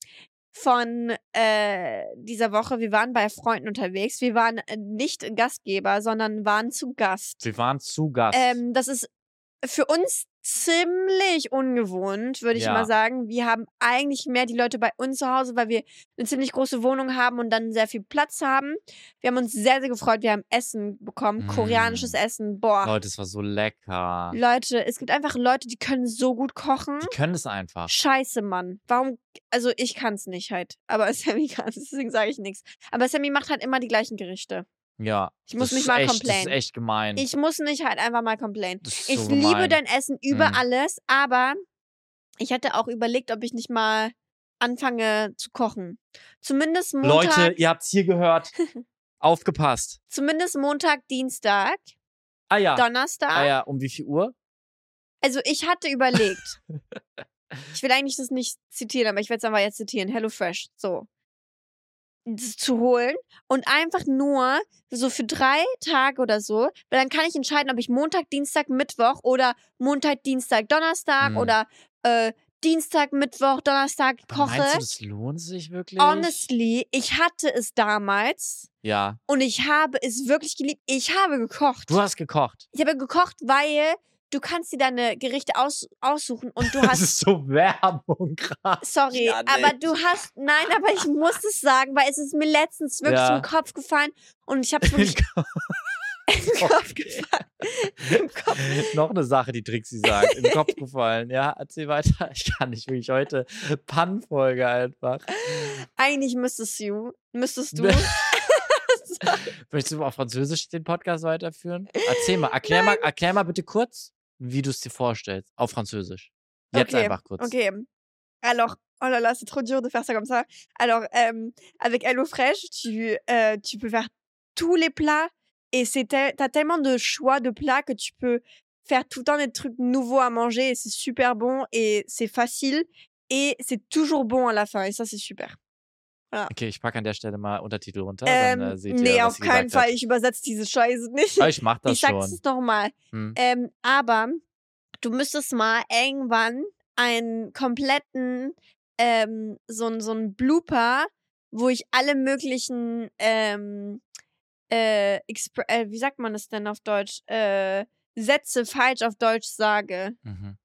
von äh, dieser Woche. Wir waren bei Freunden unterwegs. Wir waren äh, nicht Gastgeber, sondern waren zu Gast. Wir waren zu Gast. Ähm, das ist für uns ziemlich ungewohnt, würde ich Ja. mal sagen. Wir haben eigentlich mehr die Leute bei uns zu Hause, weil wir eine ziemlich große Wohnung haben und dann sehr viel Platz haben. Wir haben uns sehr, sehr gefreut. Wir haben Essen bekommen, Mm. koreanisches Essen. Boah, Leute, es war so lecker. Leute, es gibt einfach Leute, die können so gut kochen. Die können es einfach. Scheiße, Mann. Warum? Also ich kann's nicht halt. Aber Sammy kann es, deswegen sage ich nichts. Aber Sammy macht halt immer die gleichen Gerichte. Ja. Ich muss das mich ist mal echt, Das complainen. ist echt gemein. Ich muss nicht halt einfach mal complainen. das ist Ich so liebe gemein. dein Essen über Mm. alles, aber ich hatte auch überlegt, ob ich nicht mal anfange zu kochen. Zumindest Montag, Leute, ihr habt's hier gehört. Aufgepasst. zumindest Montag, Dienstag, Ah ja. Donnerstag. Ah ja, um wie viel Uhr? Also ich hatte überlegt. Ich will eigentlich das nicht zitieren, aber ich werde es einfach jetzt zitieren. HelloFresh, so. Das zu holen und einfach nur so für drei Tage oder so, weil dann kann ich entscheiden, ob ich Montag, Dienstag, Mittwoch oder Montag, Dienstag, Donnerstag Hm. oder äh, Dienstag, Mittwoch, Donnerstag Aber koche. Meinst du, das lohnt sich wirklich? Honestly, ich hatte es damals Ja. und ich habe es wirklich geliebt. Ich habe gekocht. Du hast gekocht. Ich habe gekocht, weil du kannst dir deine Gerichte aus, aussuchen und du Das hast ist so Werbung gerade. Sorry, Ja, aber nicht. du hast, nein, aber ich muss es sagen, weil es ist mir letztens wirklich Ja. im Kopf gefallen und ich habe es wirklich im Kopf gefallen. Im Kopf. Noch eine Sache, die Trixie sagt. Im Kopf gefallen. Ja, erzähl weiter. Ich kann nicht wirklich heute. Pannenfolge einfach. Eigentlich müsstest du, müsstest du. Möchtest du auf Französisch den Podcast weiterführen? Erzähl mal. Erklär, mal, erklär mal bitte kurz, wie du es dir vorstellst. Auf Französisch. Jetzt Okay, einfach kurz. Ok. Alors, oh là là, c'est trop dur de faire ça comme ça. Alors, euh, avec HelloFresh, tu, euh, tu peux faire tous les plats et c'est tel- t'as tellement de choix de plats que tu peux faire tout le temps des trucs nouveaux à manger et c'est super bon et c'est facile et c'est toujours bon à la fin et ça, c'est super. Okay, ich packe an der Stelle mal Untertitel runter. Ähm, dann äh, seht ihr, nee, was auf sie keinen gesagt Fall. hat. Ich übersetze diese Scheiße nicht. Aber ich mach das Ich sag's schon. es nochmal. Hm. Ähm, aber du müsstest mal irgendwann einen kompletten, ähm, so, ein- so ein Blooper, wo ich alle möglichen, ähm, äh, Expr- äh, wie sagt man das denn auf Deutsch? Äh, Sätze falsch auf Deutsch sage. Mhm.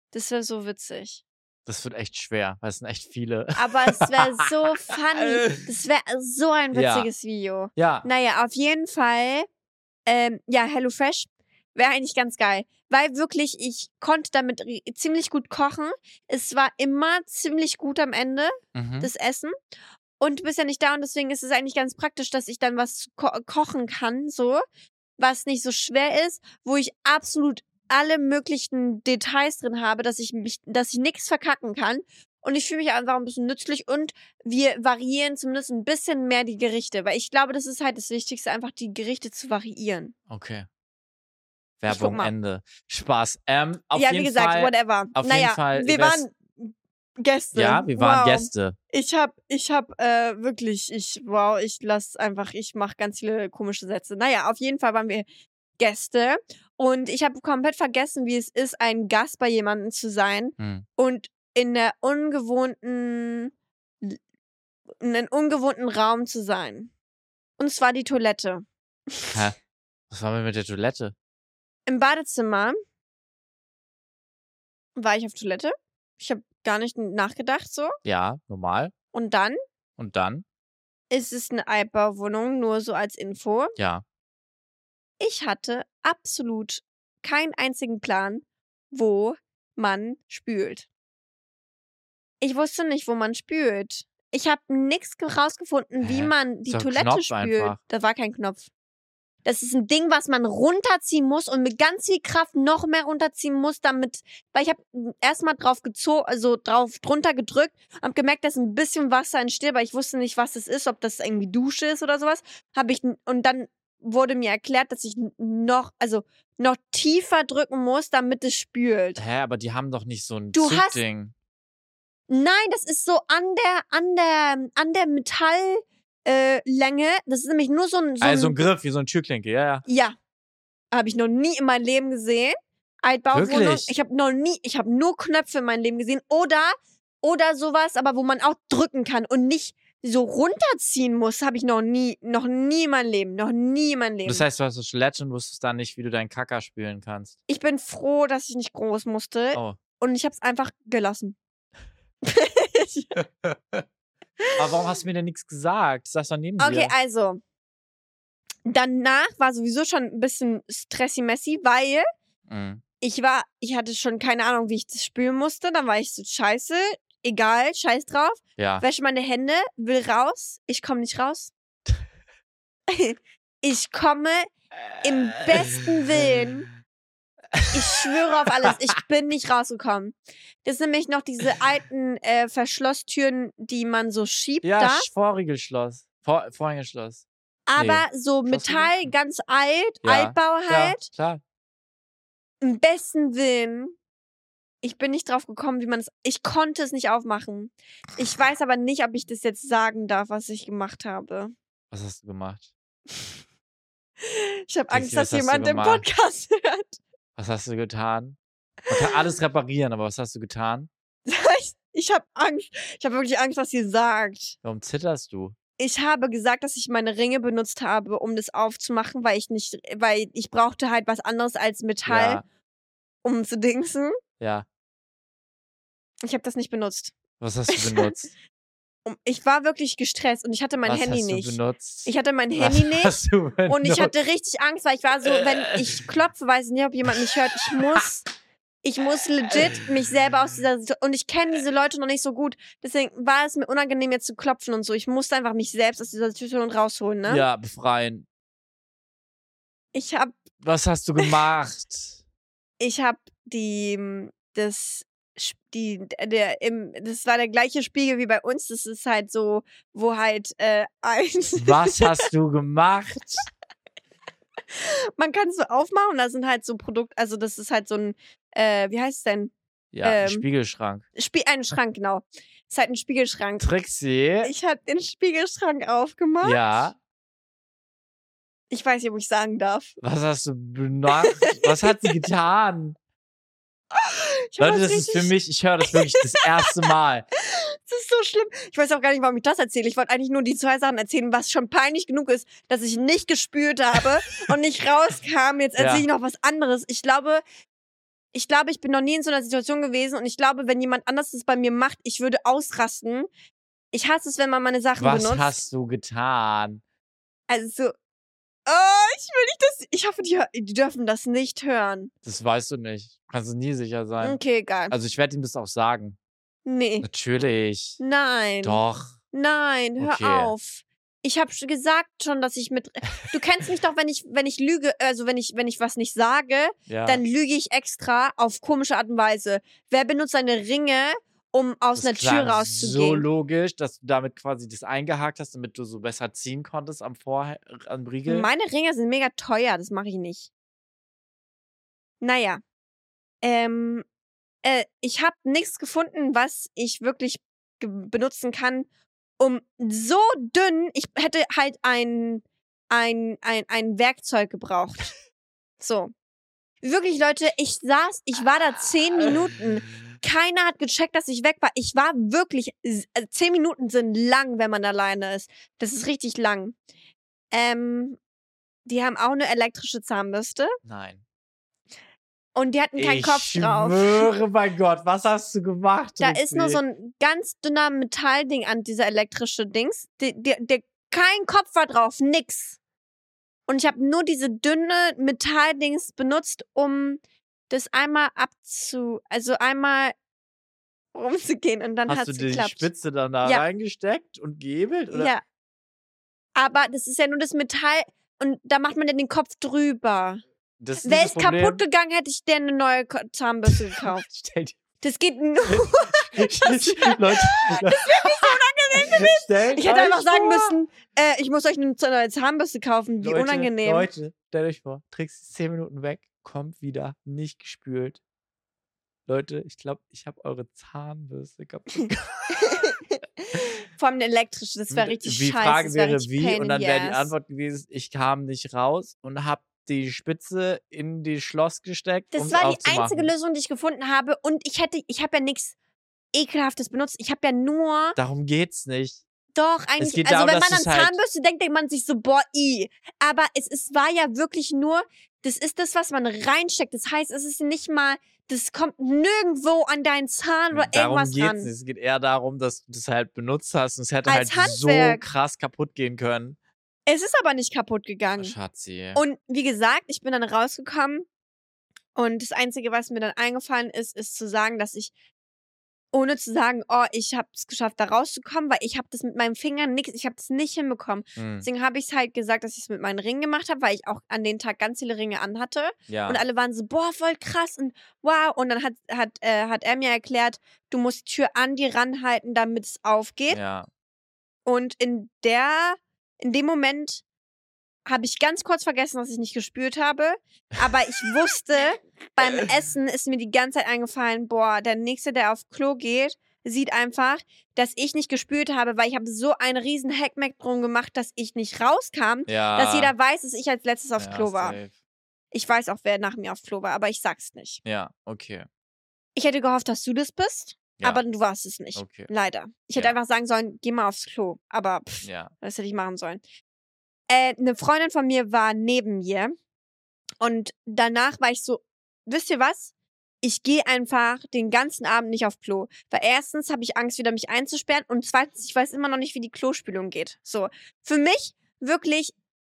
Das wäre so witzig. Das wird echt schwer, weil es sind echt viele. Aber es wäre so funny. Das wäre so ein Ja. witziges Video. Ja. Naja, auf jeden Fall, ähm, ja, HelloFresh wäre eigentlich ganz geil. Weil wirklich, ich konnte damit ri- ziemlich gut kochen. Es war immer ziemlich gut am Ende, Mhm. das Essen. Und du bist ja nicht da und deswegen ist es eigentlich ganz praktisch, dass ich dann was ko kochen kann, so, was nicht so schwer ist, wo ich absolut alle möglichen Details drin habe, dass ich mich, dass ich nichts verkacken kann. Und ich fühle mich einfach ein bisschen nützlich und wir variieren zumindest ein bisschen mehr die Gerichte, weil ich glaube, das ist halt das Wichtigste, einfach die Gerichte zu variieren. Okay. Ich guck Werbung mal. Ende. Spaß. Ähm, auf ja, jeden wie gesagt, Fall. whatever. auf naja, jeden Fall wir wär's- waren Gäste. Ja, wir waren wow. Gäste. Ich hab, ich hab äh, wirklich, ich, wow, ich lass einfach, ich mach ganz viele komische Sätze. Naja, auf jeden Fall waren wir Gäste und ich habe komplett vergessen, wie es ist, ein Gast bei jemandem zu sein Hm. und in der ungewohnten, in einem ungewohnten Raum zu sein. Und zwar die Toilette. Hä? Was war mit der Toilette? Im Badezimmer war ich auf Toilette. Ich habe gar nicht nachgedacht so. Ja, normal. Und dann Und dann? ist es eine Altbauwohnung, nur so als Info. Ja. Ich hatte absolut keinen einzigen Plan, wo man spült. Ich wusste nicht, wo man spült. Ich habe nichts rausgefunden, wie Hä? man die Ist doch ein Toilette Knopf spült. einfach. Da war kein Knopf. Das ist ein Ding, was man runterziehen muss und mit ganz viel Kraft noch mehr runterziehen muss, damit, weil ich habe erstmal drauf gezogen, also drauf drunter gedrückt, habe gemerkt, dass ein bisschen Wasser entsteht, aber ich wusste nicht, was es ist, ob das irgendwie Dusche ist oder sowas. Habe ich und dann wurde mir erklärt, dass ich noch, also noch tiefer drücken muss, damit es spült. Hä, aber die haben doch nicht so ein Du hast- Zugding. Nein, das ist so an der, an der, an der Metall äh, Länge. Das ist nämlich nur so ein, so Also ein ein Griff, wie so ein Türklinke, ja, ja. Ja. Habe ich noch nie in meinem Leben gesehen. Altbauwohnung. Wirklich? Ich habe noch nie, ich habe nur Knöpfe in meinem Leben gesehen. Oder, oder sowas, aber wo man auch drücken kann und nicht so runterziehen muss, habe ich noch nie, noch nie in meinem Leben. Noch nie in meinem Leben. Das heißt, du hast eine Toilette und wusstest dann nicht, wie du deinen Kacker spülen kannst. ich bin froh, dass ich nicht groß musste. Oh. Und ich habe es einfach gelassen. Aber warum hast du mir denn nichts gesagt? Das sagst du doch neben Okay, dir. also. Danach war sowieso schon ein bisschen stressy-messy, weil Mhm. ich war, ich hatte schon keine Ahnung, wie ich das spülen musste. Dann war ich so, scheiße, egal, scheiß drauf. Ja. Wäsche meine Hände, will raus. Ich komme nicht raus. Ich komme im besten Willen. Ich schwöre auf alles, ich bin nicht rausgekommen. Das sind nämlich noch diese alten äh, Verschlosstüren, die man so schiebt Ja, da. Sch- Vorriegelschloss. Vor Vorhängeschloss. Aber so Schloss Metall, nicht. ganz alt, Ja, Altbau halt. Ja, klar. Im besten Willen. Ich bin nicht drauf gekommen, wie man es. Ich konnte es nicht aufmachen. Ich weiß aber nicht, ob ich das jetzt sagen darf, was ich gemacht habe. Was hast du gemacht? Ich habe Dixie, Angst, dass was hast du jemand den gemacht? Podcast hört. Was hast du getan? Man kann alles reparieren, aber was hast du getan? Ich, ich habe Angst. Ich habe wirklich Angst, was sie sagt. Warum zitterst du? Ich habe gesagt, dass ich meine Ringe benutzt habe, um das aufzumachen, weil ich nicht, weil ich brauchte halt was anderes als Metall, Ja, um zu dingsen. ja. Ich habe das nicht benutzt. Was hast du benutzt? Um, ich war wirklich gestresst und ich hatte mein was Handy hast nicht. du benutzt? Ich hatte mein was Handy nicht. hast du benutzt? Und ich hatte richtig Angst, weil ich war so, wenn ich klopfe, weiß ich nicht, ob jemand mich hört. Ich muss, ich muss legit mich selber aus dieser Situation. Und ich kenne diese Leute noch nicht so gut. Deswegen war es mir unangenehm, jetzt zu klopfen und so. Ich musste einfach mich selbst aus dieser Situation rausholen, ne? Ja, befreien. Ich hab, Was hast du gemacht? ich hab die, das, die, der, im, das war der gleiche Spiegel wie bei uns. Das ist halt so, wo halt, äh, eins. Was hast du gemacht? Man kann es so aufmachen und da sind halt so Produkte, also das ist halt so ein, äh, wie heißt es denn? Ja, ein Ähm, Spiegelschrank. Spie ein Schrank, genau. Ist halt ein Spiegelschrank. Trixie? Ich habe den Spiegelschrank aufgemacht. Ja. Ich weiß nicht, ob ich sagen darf. Was hast du gemacht? Was hat sie getan? Ich hab Leute, was das ist für richtig- mich, ich höre das wirklich das erste Mal. Das ist so schlimm. Ich weiß auch gar nicht, warum ich das erzähle. Ich wollte eigentlich nur die zwei Sachen erzählen, was schon peinlich genug ist, dass ich nicht gespürt habe und nicht rauskam. Jetzt erzähle Ja. ich noch was anderes. Ich glaube, Ich glaube, ich bin noch nie in so einer Situation gewesen und ich glaube, wenn jemand anders das bei mir macht, ich würde ausrasten. Ich hasse es, wenn man meine Sachen Was benutzt. hast du getan? Also so, oh, ich will nicht das. Ich hoffe, die, hör- die dürfen das nicht hören. Das weißt du nicht. Kannst du nie sicher sein. Okay, egal. Also ich werde ihm das auch sagen. Nee. Natürlich. Nein. Doch. Nein, hör Okay. auf. Ich habe gesagt schon, dass ich mit. Du kennst mich doch, wenn ich, wenn ich lüge, also wenn ich, wenn ich was nicht sage, Ja. dann lüge ich extra auf komische Art und Weise. Wer benutzt seine Ringe, um aus das einer klang Tür rauszugehen? so logisch, dass du damit quasi das eingehakt hast, damit du so besser ziehen konntest am Vor am Riegel. Meine Ringe sind mega teuer, das mache ich nicht. Naja. Ähm, äh, ich habe nichts gefunden, was ich wirklich ge- benutzen kann, um so dünn. Ich hätte halt ein, ein, ein, ein Werkzeug gebraucht. So. Wirklich, Leute, ich saß, ich war da zehn Minuten. Keiner hat gecheckt, dass ich weg war. Ich war wirklich, s- äh, zehn Minuten sind lang, wenn man alleine ist. Das ist richtig lang. Ähm, die haben auch eine elektrische Zahnbürste Nein. und die hatten keinen Ich Kopf drauf. schwöre bei Gott, was hast du gemacht? Da ist nur Trixie? so ein ganz dünner Metallding an dieser elektrische Dings. Der, der, der, kein Kopf war drauf, nix. Und ich habe nur diese dünne Metalldings benutzt, um das einmal abzu... Also einmal rumzugehen und dann Hast hat's du die geklappt. Spitze dann da Ja. reingesteckt und gehebelt? Oder? Ja. Aber das ist ja nur das Metall und da macht man ja den Kopf drüber. Das ist Wäre nicht es das Problem. kaputt gegangen, hätte ich dir eine neue Ko- Zahnbürste gekauft. Stell dir Das geht nur. Leute, das wäre nicht so unangenehm gewesen. Ich hätte einfach sagen müssen, äh, ich muss euch eine Z- neue Zahnbürste kaufen. Wie Leute, unangenehm. Leute, stellt euch vor, Trixie ist zehn Minuten weg, kommt wieder, nicht gespült. Leute, ich glaube, ich habe eure Zahnbürste kaputt gemacht. Vor allem eine elektrische, das wäre richtig Die scheiße. Frage das wär wäre richtig wie pain und dann in the wäre die ass. Antwort gewesen, ich kam nicht raus und habe die Spitze in die Schloss gesteckt, Das um's war die aufzumachen. einzige Lösung, die ich gefunden habe. Und ich hätte, ich habe ja nichts Ekelhaftes benutzt. Ich habe ja nur, Darum geht's nicht. doch eigentlich, geht also darum, wenn dass man an du's halt- Zahnbürste denkt, denkt man sich so, boah, i. Aber es, es war ja wirklich nur, das ist das, was man reinsteckt. Das heißt, es ist nicht mal, das kommt nirgendwo an deinen Zahn oder Darum irgendwas geht's ran. nicht. Es geht eher darum, dass du das halt benutzt hast und es hätte Als halt so Handwerk. krass kaputt gehen können. Es ist aber nicht kaputt gegangen. Schatzi. Und wie gesagt, ich bin dann rausgekommen und das Einzige, was mir dann eingefallen ist, ist zu sagen, dass ich, ohne zu sagen, oh, ich habe es geschafft, da rauszukommen, weil ich habe das mit meinem Finger nix, ich habe das nicht hinbekommen. Hm. Deswegen habe ich es halt gesagt, dass ich es mit meinen Ringen gemacht habe, weil ich auch an den Tag ganz viele Ringe anhatte. Ja. Und alle waren so, boah, voll krass und wow. Und dann hat, hat, äh, hat er mir erklärt, du musst die Tür an dir ranhalten, damit es aufgeht. ja. Und in der, in dem Moment habe ich ganz kurz vergessen, dass ich nicht gespürt habe. Aber ich wusste, beim Essen ist mir die ganze Zeit eingefallen, boah, der Nächste, der auf Klo geht, sieht einfach, dass ich nicht gespürt habe, weil ich habe so einen riesen Hackmack drum gemacht, dass ich nicht rauskam, Ja. dass jeder weiß, dass ich als letztes auf ja, Klo war. safe. Ich weiß auch, wer nach mir auf Klo war, aber ich sag's nicht. Ja, okay. Ich hätte gehofft, dass du das bist, Ja. aber du warst es nicht. Okay. Leider. Ich hätte Ja. einfach sagen sollen, geh mal aufs Klo. Aber pff, Ja. das hätte ich machen sollen. Äh, eine Freundin von mir war neben mir und danach war ich so, wisst ihr was? Ich gehe einfach den ganzen Abend nicht auf Klo. Weil erstens habe ich Angst, wieder mich einzusperren und zweitens, ich weiß immer noch nicht, wie die Klospülung geht. So, für mich wirklich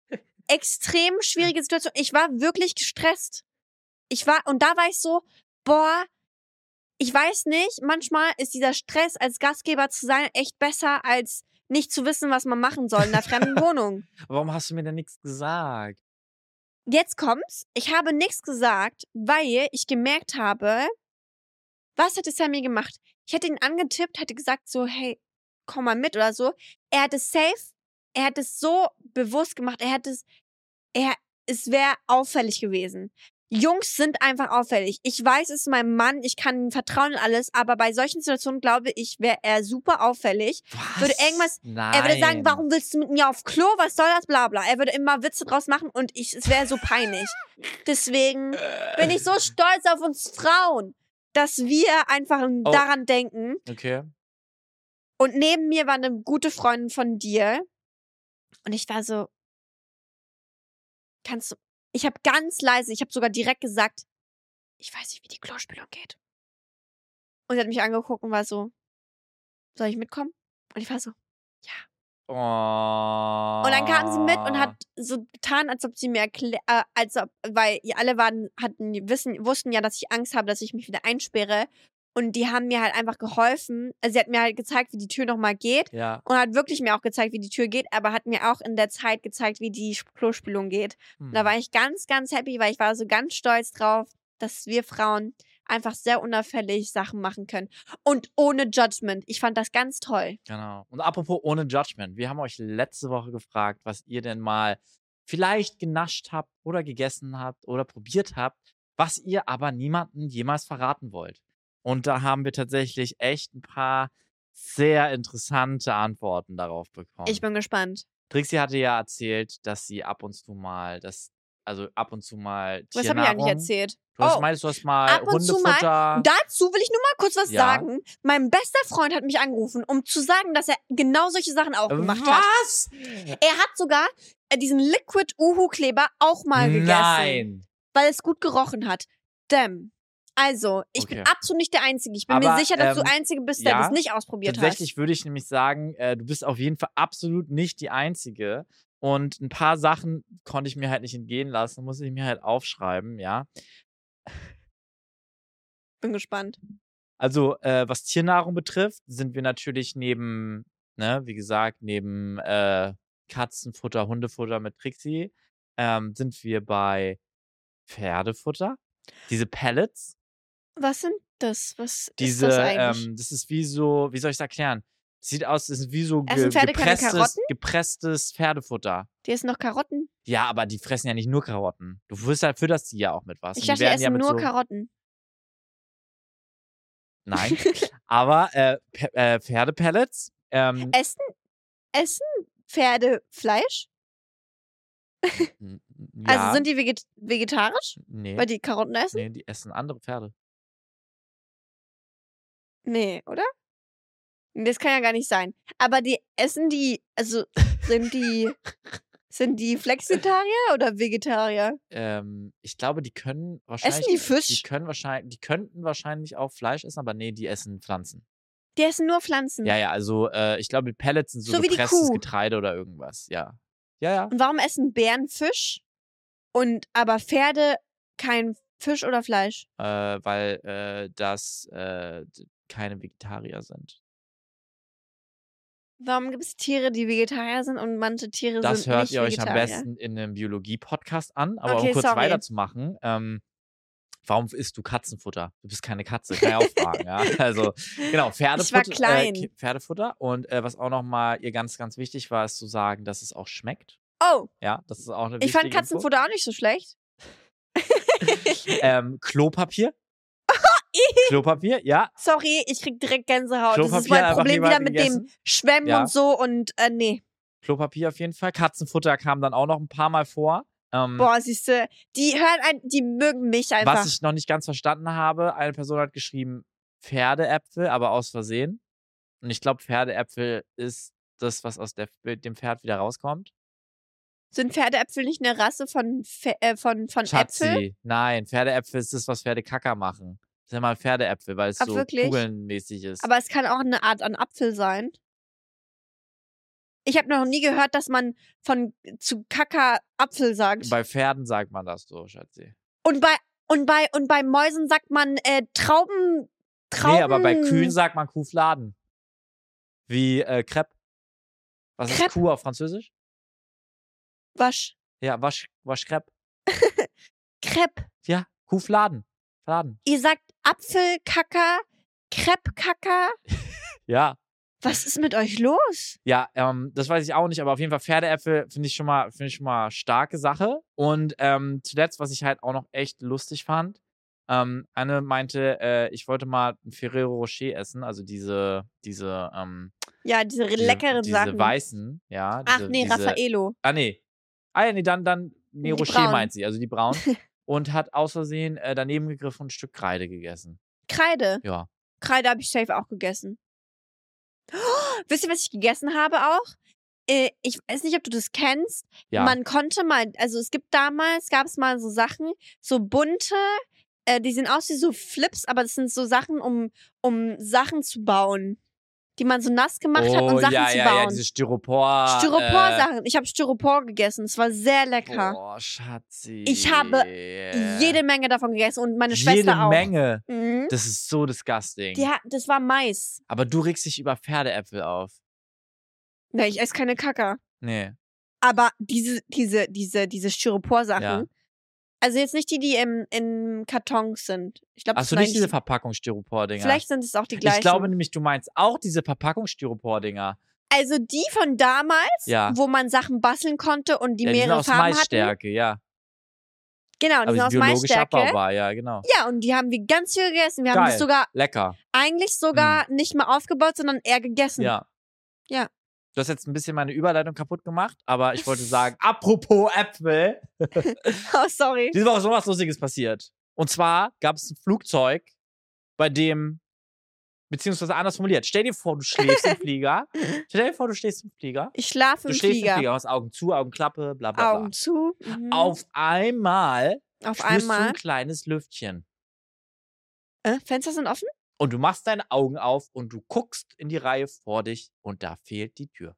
extrem schwierige Situation. Ich war wirklich gestresst. Ich war, und da war ich so, boah, ich weiß nicht, manchmal ist dieser Stress, als Gastgeber zu sein, echt besser, als nicht zu wissen, was man machen soll in einer fremden Wohnung. Warum hast du mir denn nichts gesagt? Jetzt kommt's. Ich habe nichts gesagt, weil ich gemerkt habe, was hätte Sammy gemacht? Ich hätte ihn angetippt, hätte gesagt so, hey, komm mal mit oder so. Er hat es safe, er hat es so bewusst gemacht, er hat es, er, es wäre auffällig gewesen. Jungs sind einfach auffällig. Ich weiß, es ist mein Mann, ich kann ihm vertrauen und alles, aber bei solchen Situationen, glaube ich, wäre er super auffällig. Was? Würde irgendwas- Nein. Er würde sagen, warum willst du mit mir auf Klo? Was soll das? Bla bla. Er würde immer Witze draus machen und ich, es wäre so peinlich. Deswegen bin ich so stolz auf uns Frauen, dass wir einfach Oh. daran denken. Okay. Und neben mir war eine gute Freundin von dir. Und ich war so, kannst du, ich habe ganz leise, ich habe sogar direkt gesagt, ich weiß nicht, wie die Klospülung geht. Und sie hat mich angeguckt und war so, soll ich mitkommen? Und ich war so, ja. Und dann kam sie mit und hat Oh. so getan, als ob sie mir erklärt, äh, als ob, weil ihr alle waren, hatten, wissen, wussten ja, dass ich Angst habe, dass ich mich wieder einsperre. Und die haben mir halt einfach geholfen. Also sie hat mir halt gezeigt, wie die Tür nochmal geht. Ja. Und hat wirklich mir auch gezeigt, wie die Tür geht, aber hat mir auch in der Zeit gezeigt, wie die Klospülung geht. Und da Hm. war ich ganz, ganz happy, weil ich war so ganz stolz drauf, dass wir Frauen einfach sehr unauffällig Sachen machen können. Und ohne Judgment. Ich fand das ganz toll. Genau. Und apropos ohne Judgment. Wir haben euch letzte Woche gefragt, was ihr denn mal vielleicht genascht habt oder gegessen habt oder probiert habt, was ihr aber niemandem jemals verraten wollt. Und da haben wir tatsächlich echt ein paar sehr interessante Antworten darauf Ich bekommen. bin gespannt. Trixie hatte ja erzählt, dass sie ab und zu mal, das, also ab und zu mal Was habe ich eigentlich Tiernahrung. erzählt? Du hast Oh, meinst, du hast mal ab und zu mal. Hundefutter. Dazu will ich nur mal kurz was Ja. sagen. Mein bester Freund hat mich angerufen, um zu sagen, dass er genau solche Sachen auch gemacht hat. Was? Er hat sogar äh, diesen Liquid Uhu-Kleber auch mal gegessen. Nein. Weil es gut gerochen hat. Damn. Also, ich bin Okay. absolut nicht der Einzige. Ich bin Aber, mir sicher, dass ähm, du der Einzige bist, der ja, das nicht ausprobiert Tatsächlich hast. würde ich nämlich sagen, äh, du bist auf jeden Fall absolut nicht die Einzige. Und ein paar Sachen konnte ich mir halt nicht entgehen lassen, muss ich mir halt aufschreiben, ja. Bin gespannt. Also, äh, was Tiernahrung betrifft, sind wir natürlich neben, ne, wie gesagt, neben äh, Katzenfutter, Hundefutter mit Trixie, ähm, sind wir bei Pferdefutter. Diese Pellets, Was sind das? Was ist diese, das eigentlich? ähm, das ist wie so, wie soll ich es erklären? Sieht aus, das ist wie so Essen ge Pferde keine gepresstes, Karotten? gepresstes Pferdefutter. Die essen noch Karotten? Ja, aber die fressen ja nicht nur Karotten. Du fütterst halt, fütterst die ja auch mit was. Ich Und die dachte, die werden ja essen mit nur so. Karotten. Nein. Aber äh, Pe äh, Pferdepellets. Ähm, Essen, essen Pferde Fleisch? n- n- Also ja. sind die veget vegetarisch? Nee. Weil die Karotten essen? Nee, die essen andere Pferde. Nee, oder? Das kann ja gar nicht sein. Aber die essen die, also sind die, sind die Flexitarier oder Vegetarier? Ähm, ich glaube, die können Essen wahrscheinlich. die Die Fisch? können wahrscheinlich, die könnten wahrscheinlich auch Fleisch essen, aber nee, die essen Pflanzen. Die essen nur Pflanzen. Ja, ja, also äh, ich glaube, Pellets sind so, So wie die gepresstes Kuh. Getreide oder irgendwas. Ja. Ja, ja. Und warum essen Bären Fisch und aber Pferde kein Fisch oder Fleisch? Äh, weil äh, das äh, d- keine Vegetarier sind. Warum gibt es Tiere, die Vegetarier sind und manche Tiere Das sind hört nicht ihr euch am Vegetarier? besten in einem Biologie-Podcast an. Aber Okay, um kurz sorry. weiterzumachen, ähm, warum isst du Katzenfutter? Du bist keine Katze, kann ich auch fragen, ja. Also, genau, Pferdefutter. klein. Äh, Ki- Pferdefutter. Und äh, was auch nochmal ihr ganz, ganz wichtig war, ist zu sagen, dass es auch schmeckt. Oh, Ja, das ist auch eine ich fand wichtige Info. Katzenfutter auch nicht so schlecht. ähm, Klopapier. Klopapier, ja. Sorry, ich krieg direkt Gänsehaut. Das ist Klopapier mein einfach Problem lieber wieder mit gegessen. dem Schwemmen Ja. und so und äh, nee. Klopapier auf jeden Fall. Katzenfutter kam dann auch noch ein paar Mal vor. Ähm, Boah, siehste, die hören ein, die mögen mich einfach. Was ich noch nicht ganz verstanden habe, eine Person hat geschrieben Pferdeäpfel, aber aus Versehen. Und ich glaube, Pferdeäpfel ist das, was aus der, dem Pferd wieder rauskommt. Sind Pferdeäpfel nicht eine Rasse von, Pfe- äh, von, von Äpfeln? Schatzi, nein, Pferdeäpfel ist das, was Pferde Kacker machen. Das sind mal Pferdeäpfel, weil es Ach, so wirklich? kugelnmäßig ist. Aber es kann auch eine Art an Apfel sein. Ich habe noch nie gehört, dass man von zu Kaka Apfel sagt. Bei Pferden sagt man das so, Schatzi. Und bei und bei und bei Mäusen sagt man äh, Trauben Trauben. Nee, aber bei Kühen sagt man Kuhfladen. Wie äh, Crepe. Was ist Crepe? Kuh auf Französisch? Wasch. Ja, Wasch, Waschcrepe. Crepe. Ja, Kuhfladen. Fladen. Ihr sagt Apfelkacker, Crepe-Kacker. Ja. Was ist mit euch los? Ja, ähm, das weiß ich auch nicht, aber auf jeden Fall Pferdeäpfel finde ich schon mal, finde ich schon mal starke Sache. Und ähm, zuletzt, was ich halt auch noch echt lustig fand, ähm, eine meinte, äh, ich wollte mal ein Ferrero Rocher essen, also diese, diese, ähm, Ja, diese, diese, leckeren diese Sachen. weißen, ja. Ach Diese, nee, diese, Raffaello. Ah, nee. Ah, ja, nee, dann, dann, nee, Die Rocher braunen. meint sie, also die braun. Und hat aus Versehen äh, daneben gegriffen und ein Stück Kreide gegessen. Kreide. Ja. Kreide habe ich safe auch gegessen. Oh, wisst ihr, was ich gegessen habe auch? Äh, ich weiß nicht, ob du das kennst. Ja. Man konnte mal, also es gibt damals, gab es mal so Sachen, so bunte Äh, die sehen aus wie so Flips, aber das sind so Sachen, um, um Sachen zu bauen. Die man so nass gemacht hat, um Oh, Sachen ja, zu ja, ja, bauen. diese Styropor. Äh, Styropor-Sachen. Ich habe Styropor gegessen. Es war sehr lecker. boah, Schatzi. Ich habe jede Menge davon gegessen und meine Schwester Jede auch. Menge. Mhm. Das ist so disgusting. Die hat, das war Mais. Aber du regst dich über Pferdeäpfel auf. Ne, ich esse keine Kacke. Nee. Aber diese, diese, diese, diese Styropor-Sachen, Ja. also jetzt nicht die, die im, in Kartons sind. Ich glaube, Hast du nicht diese Verpackungsstyropor-Dinger? Vielleicht sind es auch die gleichen. Ich glaube nämlich, du meinst auch diese Verpackungsstyropor-Dinger. Also die von damals, Ja. wo man Sachen basteln konnte und die Ja, die sind mehrere aus Farben hatten. Maisstärke, ja. Genau, die Aber sind die aus biologisch Maisstärke. abbaubar, ja, genau. Ja, und die haben wir ganz viel gegessen. Wir haben Geil. das sogar Lecker. eigentlich sogar nicht mehr aufgebaut, sondern eher gegessen. Ja. Ja. Du hast jetzt ein bisschen meine Überleitung kaputt gemacht, aber ich wollte sagen, apropos Äpfel. Oh, sorry. Diese Woche ist noch was Lustiges passiert. Und zwar gab es ein Flugzeug, bei dem, beziehungsweise anders formuliert, stell dir vor, du schläfst im Flieger. Stell dir vor, du stehst im Flieger. Ich schlafe Du im schläfst Flieger. im Flieger, hast Augen zu, Augenklappe, bla bla bla. Augen zu. Mhm. Auf einmal Auf spürst du einmal. ein kleines Lüftchen. Äh, Fenster sind offen? Und du machst deine Augen auf und du guckst in die Reihe vor dich und da fehlt die Tür.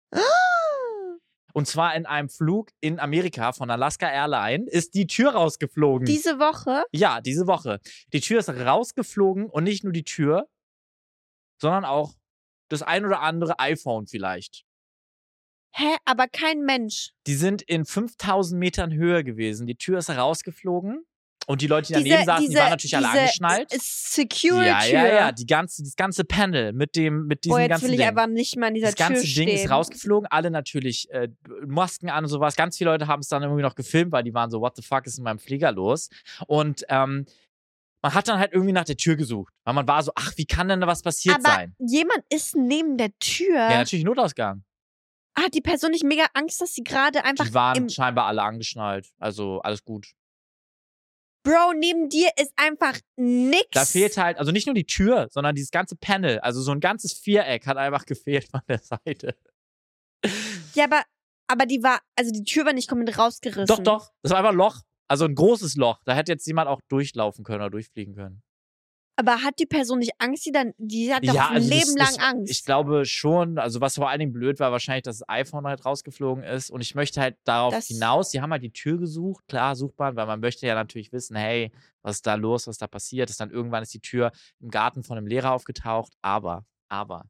Und zwar in einem Flug in Amerika von Alaska Airlines ist die Tür rausgeflogen. Diese Woche? Ja, diese Woche. Die Tür ist rausgeflogen und nicht nur die Tür, sondern auch das ein oder andere iPhone vielleicht. Hä? Aber kein Mensch. Die sind in fünftausend Metern Höhe gewesen. Die Tür ist rausgeflogen und die Leute, die daneben Diese, saßen, diese, die waren natürlich alle diese angeschnallt. Security. Ja, ja, ja. Die ganze, das ganze Panel mit dem, mit diesem Boah, jetzt ganzen will ich Ding. aber nicht mal an dieser Das ganze Tür Ding stehen. ist rausgeflogen, alle natürlich äh, Masken an und sowas. Ganz viele Leute haben es dann irgendwie noch gefilmt, weil die waren so, what the fuck ist in meinem Flieger los? Und ähm, man hat dann halt irgendwie nach der Tür gesucht. Weil man war so, ach, wie kann denn da was passiert aber sein? jemand ist neben der Tür. Ja, natürlich Notausgang. Hat die Person nicht mega Angst, dass sie gerade einfach Die waren im... scheinbar alle angeschnallt. Also alles gut. Bro, neben dir ist einfach nix. Da fehlt halt, also nicht nur die Tür, sondern dieses ganze Panel. Also so ein ganzes Viereck hat einfach gefehlt von der Seite. Ja, aber, aber die war, also die Tür war nicht komplett rausgerissen. Doch, doch. Das war einfach ein Loch. Also ein großes Loch. Da hätte jetzt jemand auch durchlaufen können oder durchfliegen können. Aber hat die Person nicht Angst? Die, dann, die hat doch Ja, ein also Leben das, lang das, Angst. Ich glaube schon, also was vor allen Dingen blöd war, wahrscheinlich, dass das iPhone halt rausgeflogen ist. Und ich möchte halt darauf Das- hinaus, die haben halt die Tür gesucht, klar, suchbar, weil man möchte ja natürlich wissen, hey, was ist da los, was ist da passiert ist. Dann irgendwann ist die Tür im Garten von einem Lehrer aufgetaucht. Aber, aber,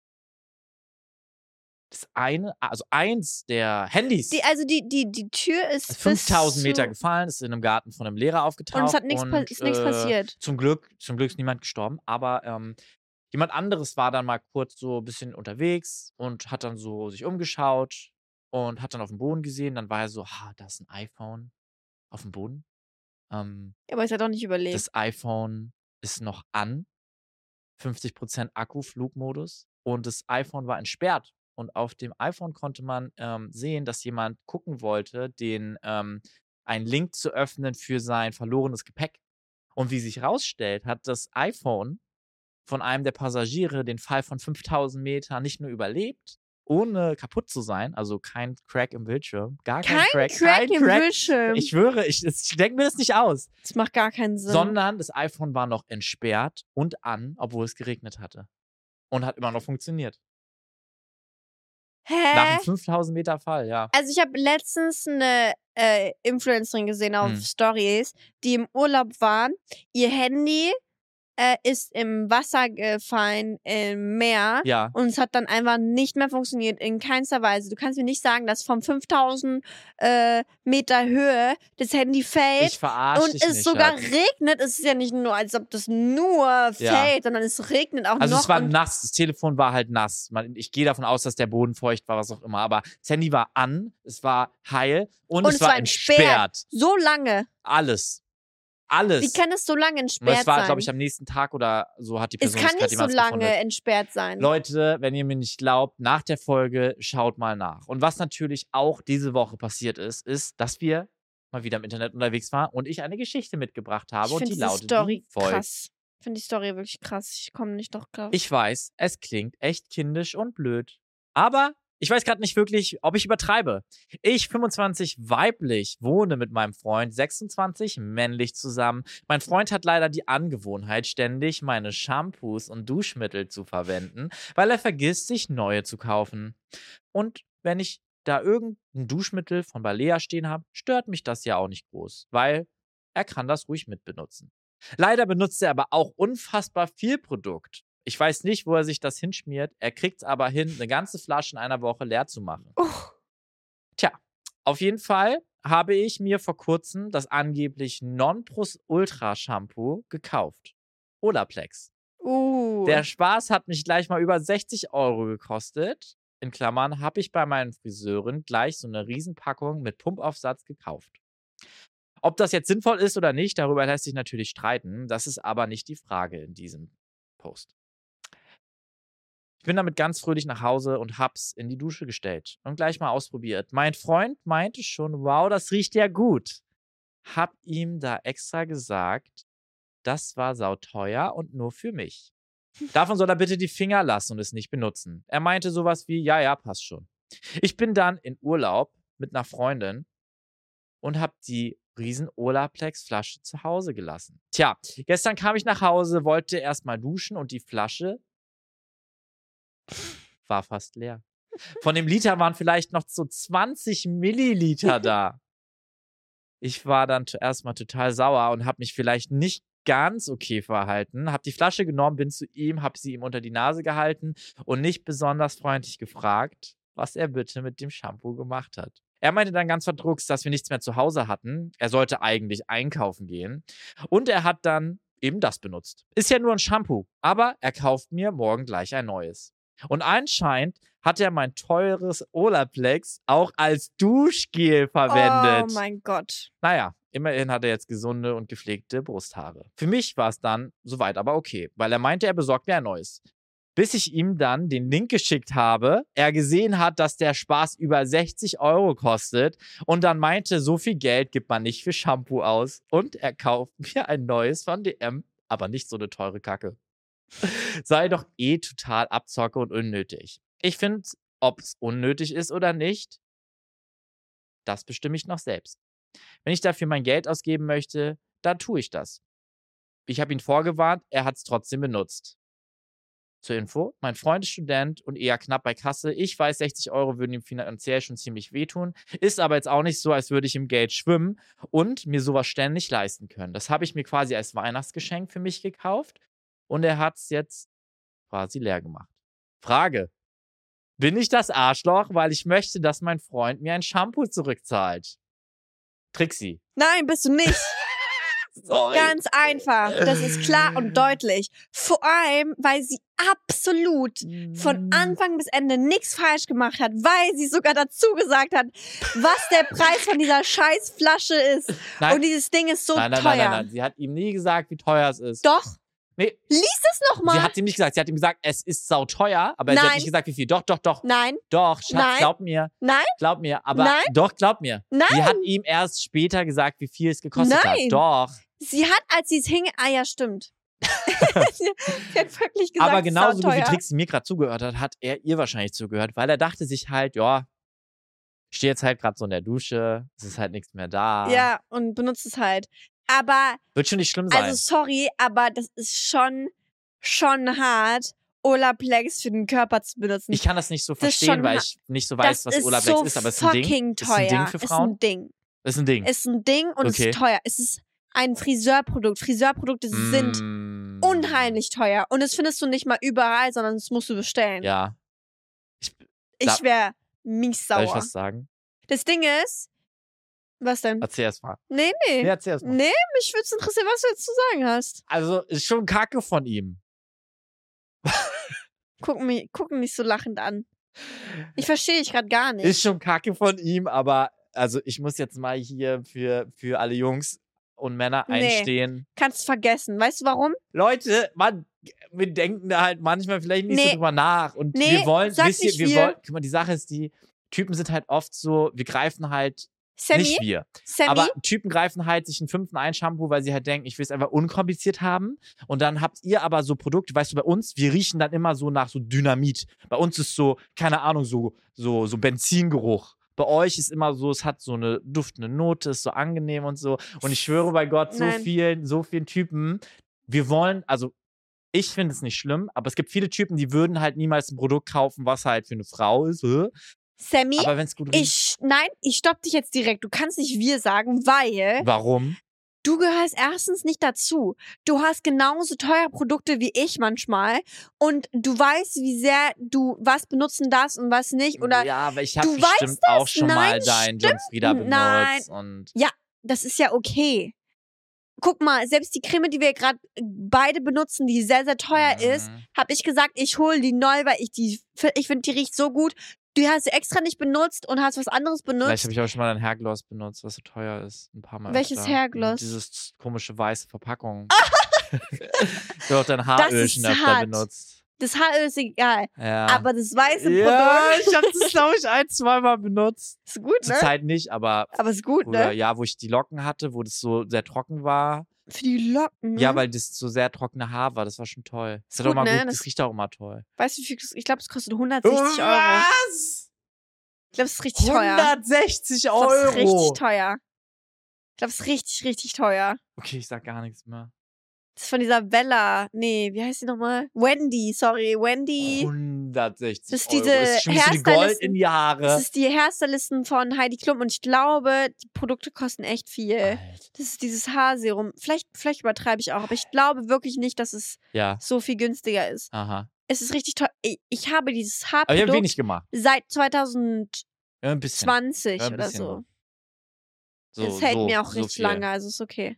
das eine, also eins der Handys Die, also die, die, die Tür ist ist fünftausend bis Meter zu, gefallen, ist in einem Garten von einem Lehrer aufgetaucht. und es hat nichts pa- ist nichts äh, passiert. Zum Glück, zum Glück ist niemand gestorben, aber ähm, jemand anderes war dann mal kurz so ein bisschen unterwegs und hat dann so sich umgeschaut und hat dann auf dem Boden gesehen. Dann war er so, ha, da ist ein iPhone auf dem Boden. Ähm, Ja, aber es hat auch nicht überlebt. das iPhone ist noch an, fünfzig Prozent Akku, Flugmodus und das iPhone war entsperrt. Und auf dem iPhone konnte man ähm, sehen, dass jemand gucken wollte, den ähm, einen Link zu öffnen für sein verlorenes Gepäck. Und wie sich rausstellt, hat das iPhone von einem der Passagiere den Fall von fünftausend Metern nicht nur überlebt, ohne kaputt zu sein, also kein Crack im Bildschirm, gar kein, kein Crack, Crack kein im Crack. Bildschirm. Ich schwöre, ich, ich denke mir das nicht aus. Das macht gar keinen Sinn. Sondern das iPhone war noch entsperrt und an, obwohl es geregnet hatte. Und hat immer noch funktioniert. Nach einem Hä? fünftausend Meter Fall, ja. Also ich habe letztens eine äh, Influencerin gesehen auf Hm. Stories, die im Urlaub war. Ihr Handy äh, ist im Wasser gefallen, im Meer. Ja. Und es hat dann einfach nicht mehr funktioniert, in keinster Weise. Du kannst mir nicht sagen, dass vom fünftausend äh, Meter Höhe das Handy fällt Ich verarsche und dich es nicht, sogar Schatz. regnet. Es ist ja nicht nur, als ob das nur fällt, sondern es regnet auch Also noch. es war und nass, das Telefon war halt nass. Man, ich gehe davon aus, dass der Boden feucht war, was auch immer. Aber das Handy war an, es war heil und, Und es es war war entsperrt. entsperrt. so lange. Alles. Alles. Wie kann es so lange Und entsperrt es war, sein? glaube ich, am nächsten Tag oder so hat die es Person kann das gerade nicht so jemals lange gefunden. entsperrt sein. Leute, wenn ihr mir nicht glaubt, nach der Folge schaut mal nach. Und was natürlich auch diese Woche passiert ist, ist, dass wir mal wieder im Internet unterwegs waren und ich eine Geschichte mitgebracht habe ich und finde die diese lautet Story wie folgt. krass. Ich finde die Story wirklich krass. Ich komme nicht doch drauf. Ich weiß, es klingt echt kindisch und blöd. Aber ich weiß gerade nicht wirklich, ob ich übertreibe. Ich, fünfundzwanzig, weiblich, wohne mit meinem Freund, sechsundzwanzig, männlich zusammen. Mein Freund hat leider die Angewohnheit, ständig meine Shampoos und Duschmittel zu verwenden, weil er vergisst, sich neue zu kaufen. Und wenn ich da irgendein Duschmittel von Balea stehen habe, stört mich das ja auch nicht groß, weil er kann das ruhig mitbenutzen. Leider benutzt er aber auch unfassbar viel Produkt. Ich weiß nicht, wo er sich das hinschmiert. Er kriegt es aber hin, eine ganze Flasche in einer Woche leer zu machen. Oh. Tja, auf jeden Fall habe ich mir vor kurzem das angeblich Non-Plus-Ultra-Shampoo gekauft. Olaplex. Uh. Der Spaß hat mich gleich mal über sechzig Euro gekostet. In Klammern habe ich bei meinen Friseuren gleich so eine Riesenpackung mit Pumpaufsatz gekauft. Ob das jetzt sinnvoll ist oder nicht, darüber lässt sich natürlich streiten. Das ist aber nicht die Frage in diesem Post. Ich bin damit ganz fröhlich nach Hause und hab's in die Dusche gestellt und gleich mal ausprobiert. Mein Freund meinte schon, wow, das riecht ja gut. Hab ihm da extra gesagt, das war sauteuer und nur für mich. Davon soll er bitte die Finger lassen und es nicht benutzen. Er meinte sowas wie, ja, ja, passt schon. Ich bin dann in Urlaub mit einer Freundin und hab die riesen Olaplex-Flasche zu Hause gelassen. Tja, gestern kam ich nach Hause, wollte erstmal duschen und die Flasche war fast leer. Von dem Liter waren vielleicht noch so zwanzig Milliliter da. Ich war dann erstmal total sauer und habe mich vielleicht nicht ganz okay verhalten. Habe die Flasche genommen, bin zu ihm, habe sie ihm unter die Nase gehalten und nicht besonders freundlich gefragt, was er bitte mit dem Shampoo gemacht hat. Er meinte dann ganz verdruckst, dass wir nichts mehr zu Hause hatten. Er sollte eigentlich einkaufen gehen. Und er hat dann eben das benutzt. Ist ja nur ein Shampoo, aber er kauft mir morgen gleich ein neues. Und anscheinend hat er mein teures Olaplex auch als Duschgel verwendet. Oh mein Gott. Naja, immerhin hat er jetzt gesunde und gepflegte Brusthaare. Für mich war es dann soweit aber okay, weil er meinte, er besorgt mir ein neues. Bis ich ihm dann den Link geschickt habe, er gesehen hat, dass der Spaß über sechzig Euro kostet und dann meinte, so viel Geld gibt man nicht für Shampoo aus und er kauft mir ein neues von D M, aber nicht so eine teure Kacke. Sei doch eh total Abzocke und unnötig. Ich finde, ob es unnötig ist oder nicht, das bestimme ich noch selbst. Wenn ich dafür mein Geld ausgeben möchte, dann tue ich das. Ich habe ihn vorgewarnt, er hat es trotzdem benutzt. Zur Info, mein Freund ist Student und eher knapp bei Kasse. Ich weiß, sechzig Euro würden ihm finanziell schon ziemlich wehtun. Ist aber jetzt auch nicht so, als würde ich im Geld schwimmen und mir sowas ständig leisten können. Das habe ich mir quasi als Weihnachtsgeschenk für mich gekauft und er hat es jetzt quasi leer gemacht. Frage. Bin ich das Arschloch, weil ich möchte, dass mein Freund mir ein Shampoo zurückzahlt? Trixie. Nein, bist du nicht. Sorry. Ganz einfach. Das ist klar und deutlich. Vor allem, weil sie absolut von Anfang bis Ende nichts falsch gemacht hat, weil sie sogar dazu gesagt hat, was der Preis von dieser scheiß Flasche ist. Nein. Und dieses Ding ist so nein, nein, teuer. Nein, nein, nein. Sie hat ihm nie gesagt, wie teuer es ist. Doch. Nee. Lies es nochmal. Sie hat ihm nicht gesagt. Sie hat ihm gesagt, es ist sauteuer, aber sie Nein. hat nicht gesagt, wie viel. Doch, doch, doch. Nein. Doch, Schatz, Nein. glaub mir. Nein. Glaub mir. Aber Nein. doch, glaub mir. Nein. Sie hat ihm erst später gesagt, wie viel es gekostet Nein. hat. Doch. Sie hat, als sie es hing, ah ja, stimmt. sie hat wirklich gesagt, Aber es ist genauso gut wie sauteuer. Trixie mir gerade zugehört hat, hat er ihr wahrscheinlich zugehört, weil er dachte sich halt, ja, ich stehe jetzt halt gerade so in der Dusche, es ist halt nichts mehr da. Ja, und benutzt es halt. Aber, Wird schon nicht schlimm sein. also sorry, aber das ist schon, schon hart, Olaplex für den Körper zu benutzen. Ich kann das nicht so Das ist verstehen, schon weil ha- ich nicht so weiß, das was ist Olaplex so ist, aber es ist ein Ding. fucking Ist ein Ding teuer. für Ist Frauen? ein Ding. Ist ein Ding. Ist ein Ding und es Okay. ist teuer. Es ist ein Friseurprodukt. Friseurprodukte sind Mm. unheimlich teuer. Und das findest du nicht mal überall, sondern das musst du bestellen. Ja. Ich, Ich Da- wäre mies soll ich sauer. was sagen? Das Ding ist, was denn? Erzähl erst mal. Nee, nee. Nee, erzähl erst mal. Nee, mich würde es interessieren, was du jetzt zu sagen hast. Also, ist schon Kacke von ihm. Guck mich, guck mich so lachend an. Ich verstehe dich gerade gar nicht. Ist schon Kacke von ihm, aber also ich muss jetzt mal hier für, für alle Jungs und Männer Nee. einstehen. Kannst vergessen. Weißt du warum? Leute, man, wir denken da halt manchmal vielleicht nicht Nee. so drüber nach. Und Nee, wir wollen, sag wisst ihr, nicht wir wir. wollen, guck mal, die Sache ist die, Typen sind halt oft so, wir greifen halt Sammy? Nicht wir. Sammy? Aber Typen greifen halt sich einen fünften ein-Shampoo, weil sie halt denken, ich will es einfach unkompliziert haben. Und dann habt ihr aber so Produkte, weißt du, bei uns, wir riechen dann immer so nach so Dynamit. Bei uns ist so, keine Ahnung, so, so, so Benzingeruch. Bei euch ist immer so, es hat so eine duftende Note, ist so angenehm und so. Und ich schwöre bei Gott, so Nein. vielen, so vielen Typen, wir wollen, also ich finde es nicht schlimm, aber es gibt viele Typen, die würden halt niemals ein Produkt kaufen, was halt für eine Frau ist. hä? Sammy? Aber wenn es gut riecht. Ich, nein, ich stopp dich jetzt direkt. Du kannst nicht wir sagen, weil Warum? du gehörst erstens nicht dazu. Du hast genauso teure Produkte wie ich manchmal und du weißt, wie sehr du was benutzen darfst und was nicht. Oder Ja, aber ich habe du weißt bestimmt auch das? schon mal Nein, deinen John Frieda benutzt. Nein. Und Ja, das ist ja okay. Guck mal, selbst die Creme, die wir gerade beide benutzen, die sehr, sehr teuer Mhm. ist, habe ich gesagt, ich hole die neu, weil ich die, ich finde, die riecht so gut. Du hast sie extra nicht benutzt und hast was anderes vielleicht benutzt. habe ich auch schon mal dein Hairgloss benutzt, was so teuer ist. Ein paar Mal Welches öfter. Hairgloss? Dieses komische weiße Verpackung. Du hast dein Das Haaröl ist schon öfter hart. benutzt. Das Haaröl ist egal. Ja. Aber das weiße ja, Produkt ich habe das, glaube ich, ein, zwei Mal benutzt. ist gut, ne? Zurzeit nicht, aber Aber ist gut, früher, ne? ja, wo ich die Locken hatte, wo das so sehr trocken war. Für die Locken. Ja, weil das so sehr trockene Haar war. Das war schon toll. Das, Ist hat auch gut, mal ne? gut, Das- das riecht auch immer toll. Weißt du, wie viel das, ich glaube, es kostet hundertsechzig Euro. Was? Ich glaube, es ist richtig teuer. hundertsechzig Ich glaube, es ist richtig Euro. teuer. Ich glaube, es ist richtig, richtig teuer. Okay, ich sag gar nichts mehr. Das ist von dieser Bella. Nee, wie heißt die nochmal? Wendy, sorry. Wendy. hundertsechzig Das ist Euro. diese Ist schon wieder die Gold Hairstylisten- in die Haare. Das ist die Hairstylisten von Heidi Klum und ich glaube, die Produkte kosten echt viel. Alter. Das ist dieses Haarserum. Vielleicht, vielleicht übertreibe ich auch, aber ich glaube wirklich nicht, dass es Ja, so viel günstiger ist. aha. Es ist richtig teuer. Ich, ich habe dieses Aber ich habe Haarprodukt wenig gemacht. seit zweitausendzwanzig Ja, ein bisschen. Ja, ein oder bisschen so. nur. So, Es hält so, mir auch so richtig viel. lange, also ist okay.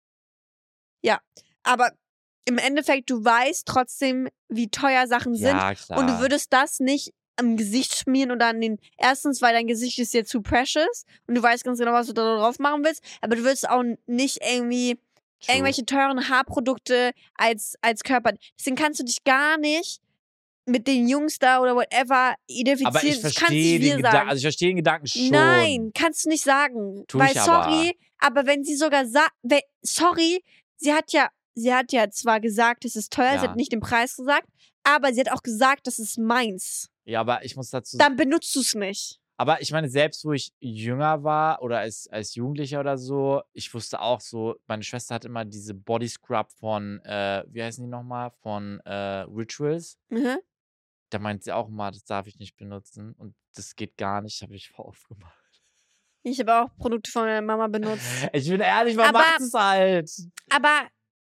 Ja, aber im Endeffekt, du weißt trotzdem, wie teuer Sachen sind. Ja, klar. Und du würdest das nicht am Gesicht schmieren oder an den. Erstens, weil dein Gesicht ist dir zu precious und du weißt ganz genau, was du da drauf machen willst. Aber du willst auch nicht irgendwie True. irgendwelche teuren Haarprodukte als, als Körper. Deswegen kannst du dich gar nicht mit den Jungs da oder whatever identifizieren. Aber ich Das kannst verstehe nicht den wir Gedanken. sagen. Also ich verstehe den Gedanken schon. Nein, kannst du nicht sagen. Tu Weil, ich aber. sorry, aber wenn sie sogar sagt, sorry, sie hat ja, sie hat ja zwar gesagt, es ist teuer, Ja. sie hat nicht den Preis gesagt, aber sie hat auch gesagt, das ist meins. Ja, aber ich muss dazu sagen. Dann benutzt du es nicht. Aber ich meine, selbst wo ich jünger war oder als, als Jugendlicher oder so, ich wusste auch so, meine Schwester hat immer diese Body Scrub von, äh, wie heißen die nochmal? Von äh, Rituals. Mhm. Da meint sie auch immer, das darf ich nicht benutzen. Und das geht gar nicht, habe ich voll aufgemacht. Ich habe auch Produkte von meiner Mama benutzt. Ich bin ehrlich, man Aber- macht es halt. Aber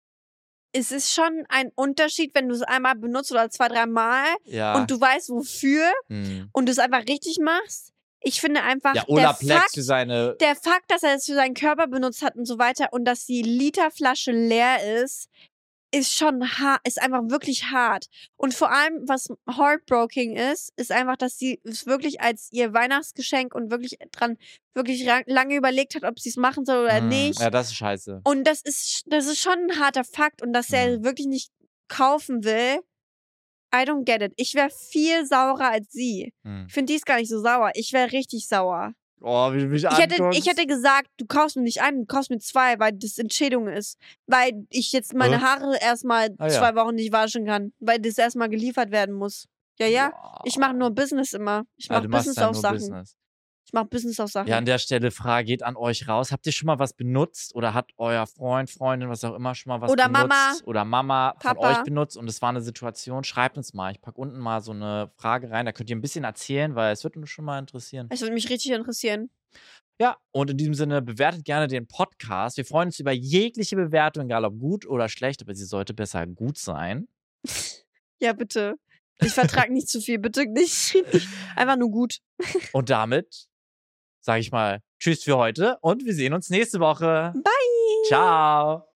es ist schon ein Unterschied, wenn du es einmal benutzt oder zwei, drei Mal Ja. und du weißt wofür hm. und du es einfach richtig machst. Ich finde einfach, Ja, der Olaplex Fakt, für seine. der Fakt, dass er es für seinen Körper benutzt hat und so weiter und dass die Literflasche leer ist, ist schon hart, ist einfach wirklich hart. Und vor allem, was heartbroken ist, ist einfach, dass sie es wirklich als ihr Weihnachtsgeschenk und wirklich dran, wirklich ra- lange überlegt hat, ob sie es machen soll oder Hm, nicht. Ja, das ist scheiße. Und das ist, das ist schon ein harter Fakt und dass er Mhm. wirklich nicht kaufen will, I don't get it. Ich wäre viel saurer als sie. Hm. Ich finde, die ist gar nicht so sauer. Ich wäre richtig sauer. Oh, wie du mich Ich hätte, anguckst. ich hätte gesagt, du kaufst mir nicht einen, du kaufst mir zwei, weil das Entschädigung ist. Weil ich jetzt meine Äh? Haare erstmal Ah, ja. zwei Wochen nicht waschen kann. Weil das erstmal geliefert werden muss. Ja, ja. Ich mache nur Business immer. Ich Ja, mache du machst Business ja auf nur Sachen. Business. Ich mache Business auf Sachen. Ja, an der Stelle Frage geht an euch raus. Habt ihr schon mal was benutzt oder hat euer Freund, Freundin, was auch immer schon mal was Oder benutzt? Mama, Oder Mama von Papa. euch benutzt und es war eine Situation? Schreibt uns mal. Ich packe unten mal so eine Frage rein. Da könnt ihr ein bisschen erzählen, weil es wird uns schon mal interessieren. Es würde mich richtig interessieren. Ja, und in diesem Sinne bewertet gerne den Podcast. Wir freuen uns über jegliche Bewertung, egal ob gut oder schlecht, aber sie sollte besser gut sein. Ja, bitte. Ich vertrage nicht zu viel. Bitte nicht. Einfach nur gut. Und damit sage ich mal Tschüss für heute und wir sehen uns nächste Woche. Bye. Ciao.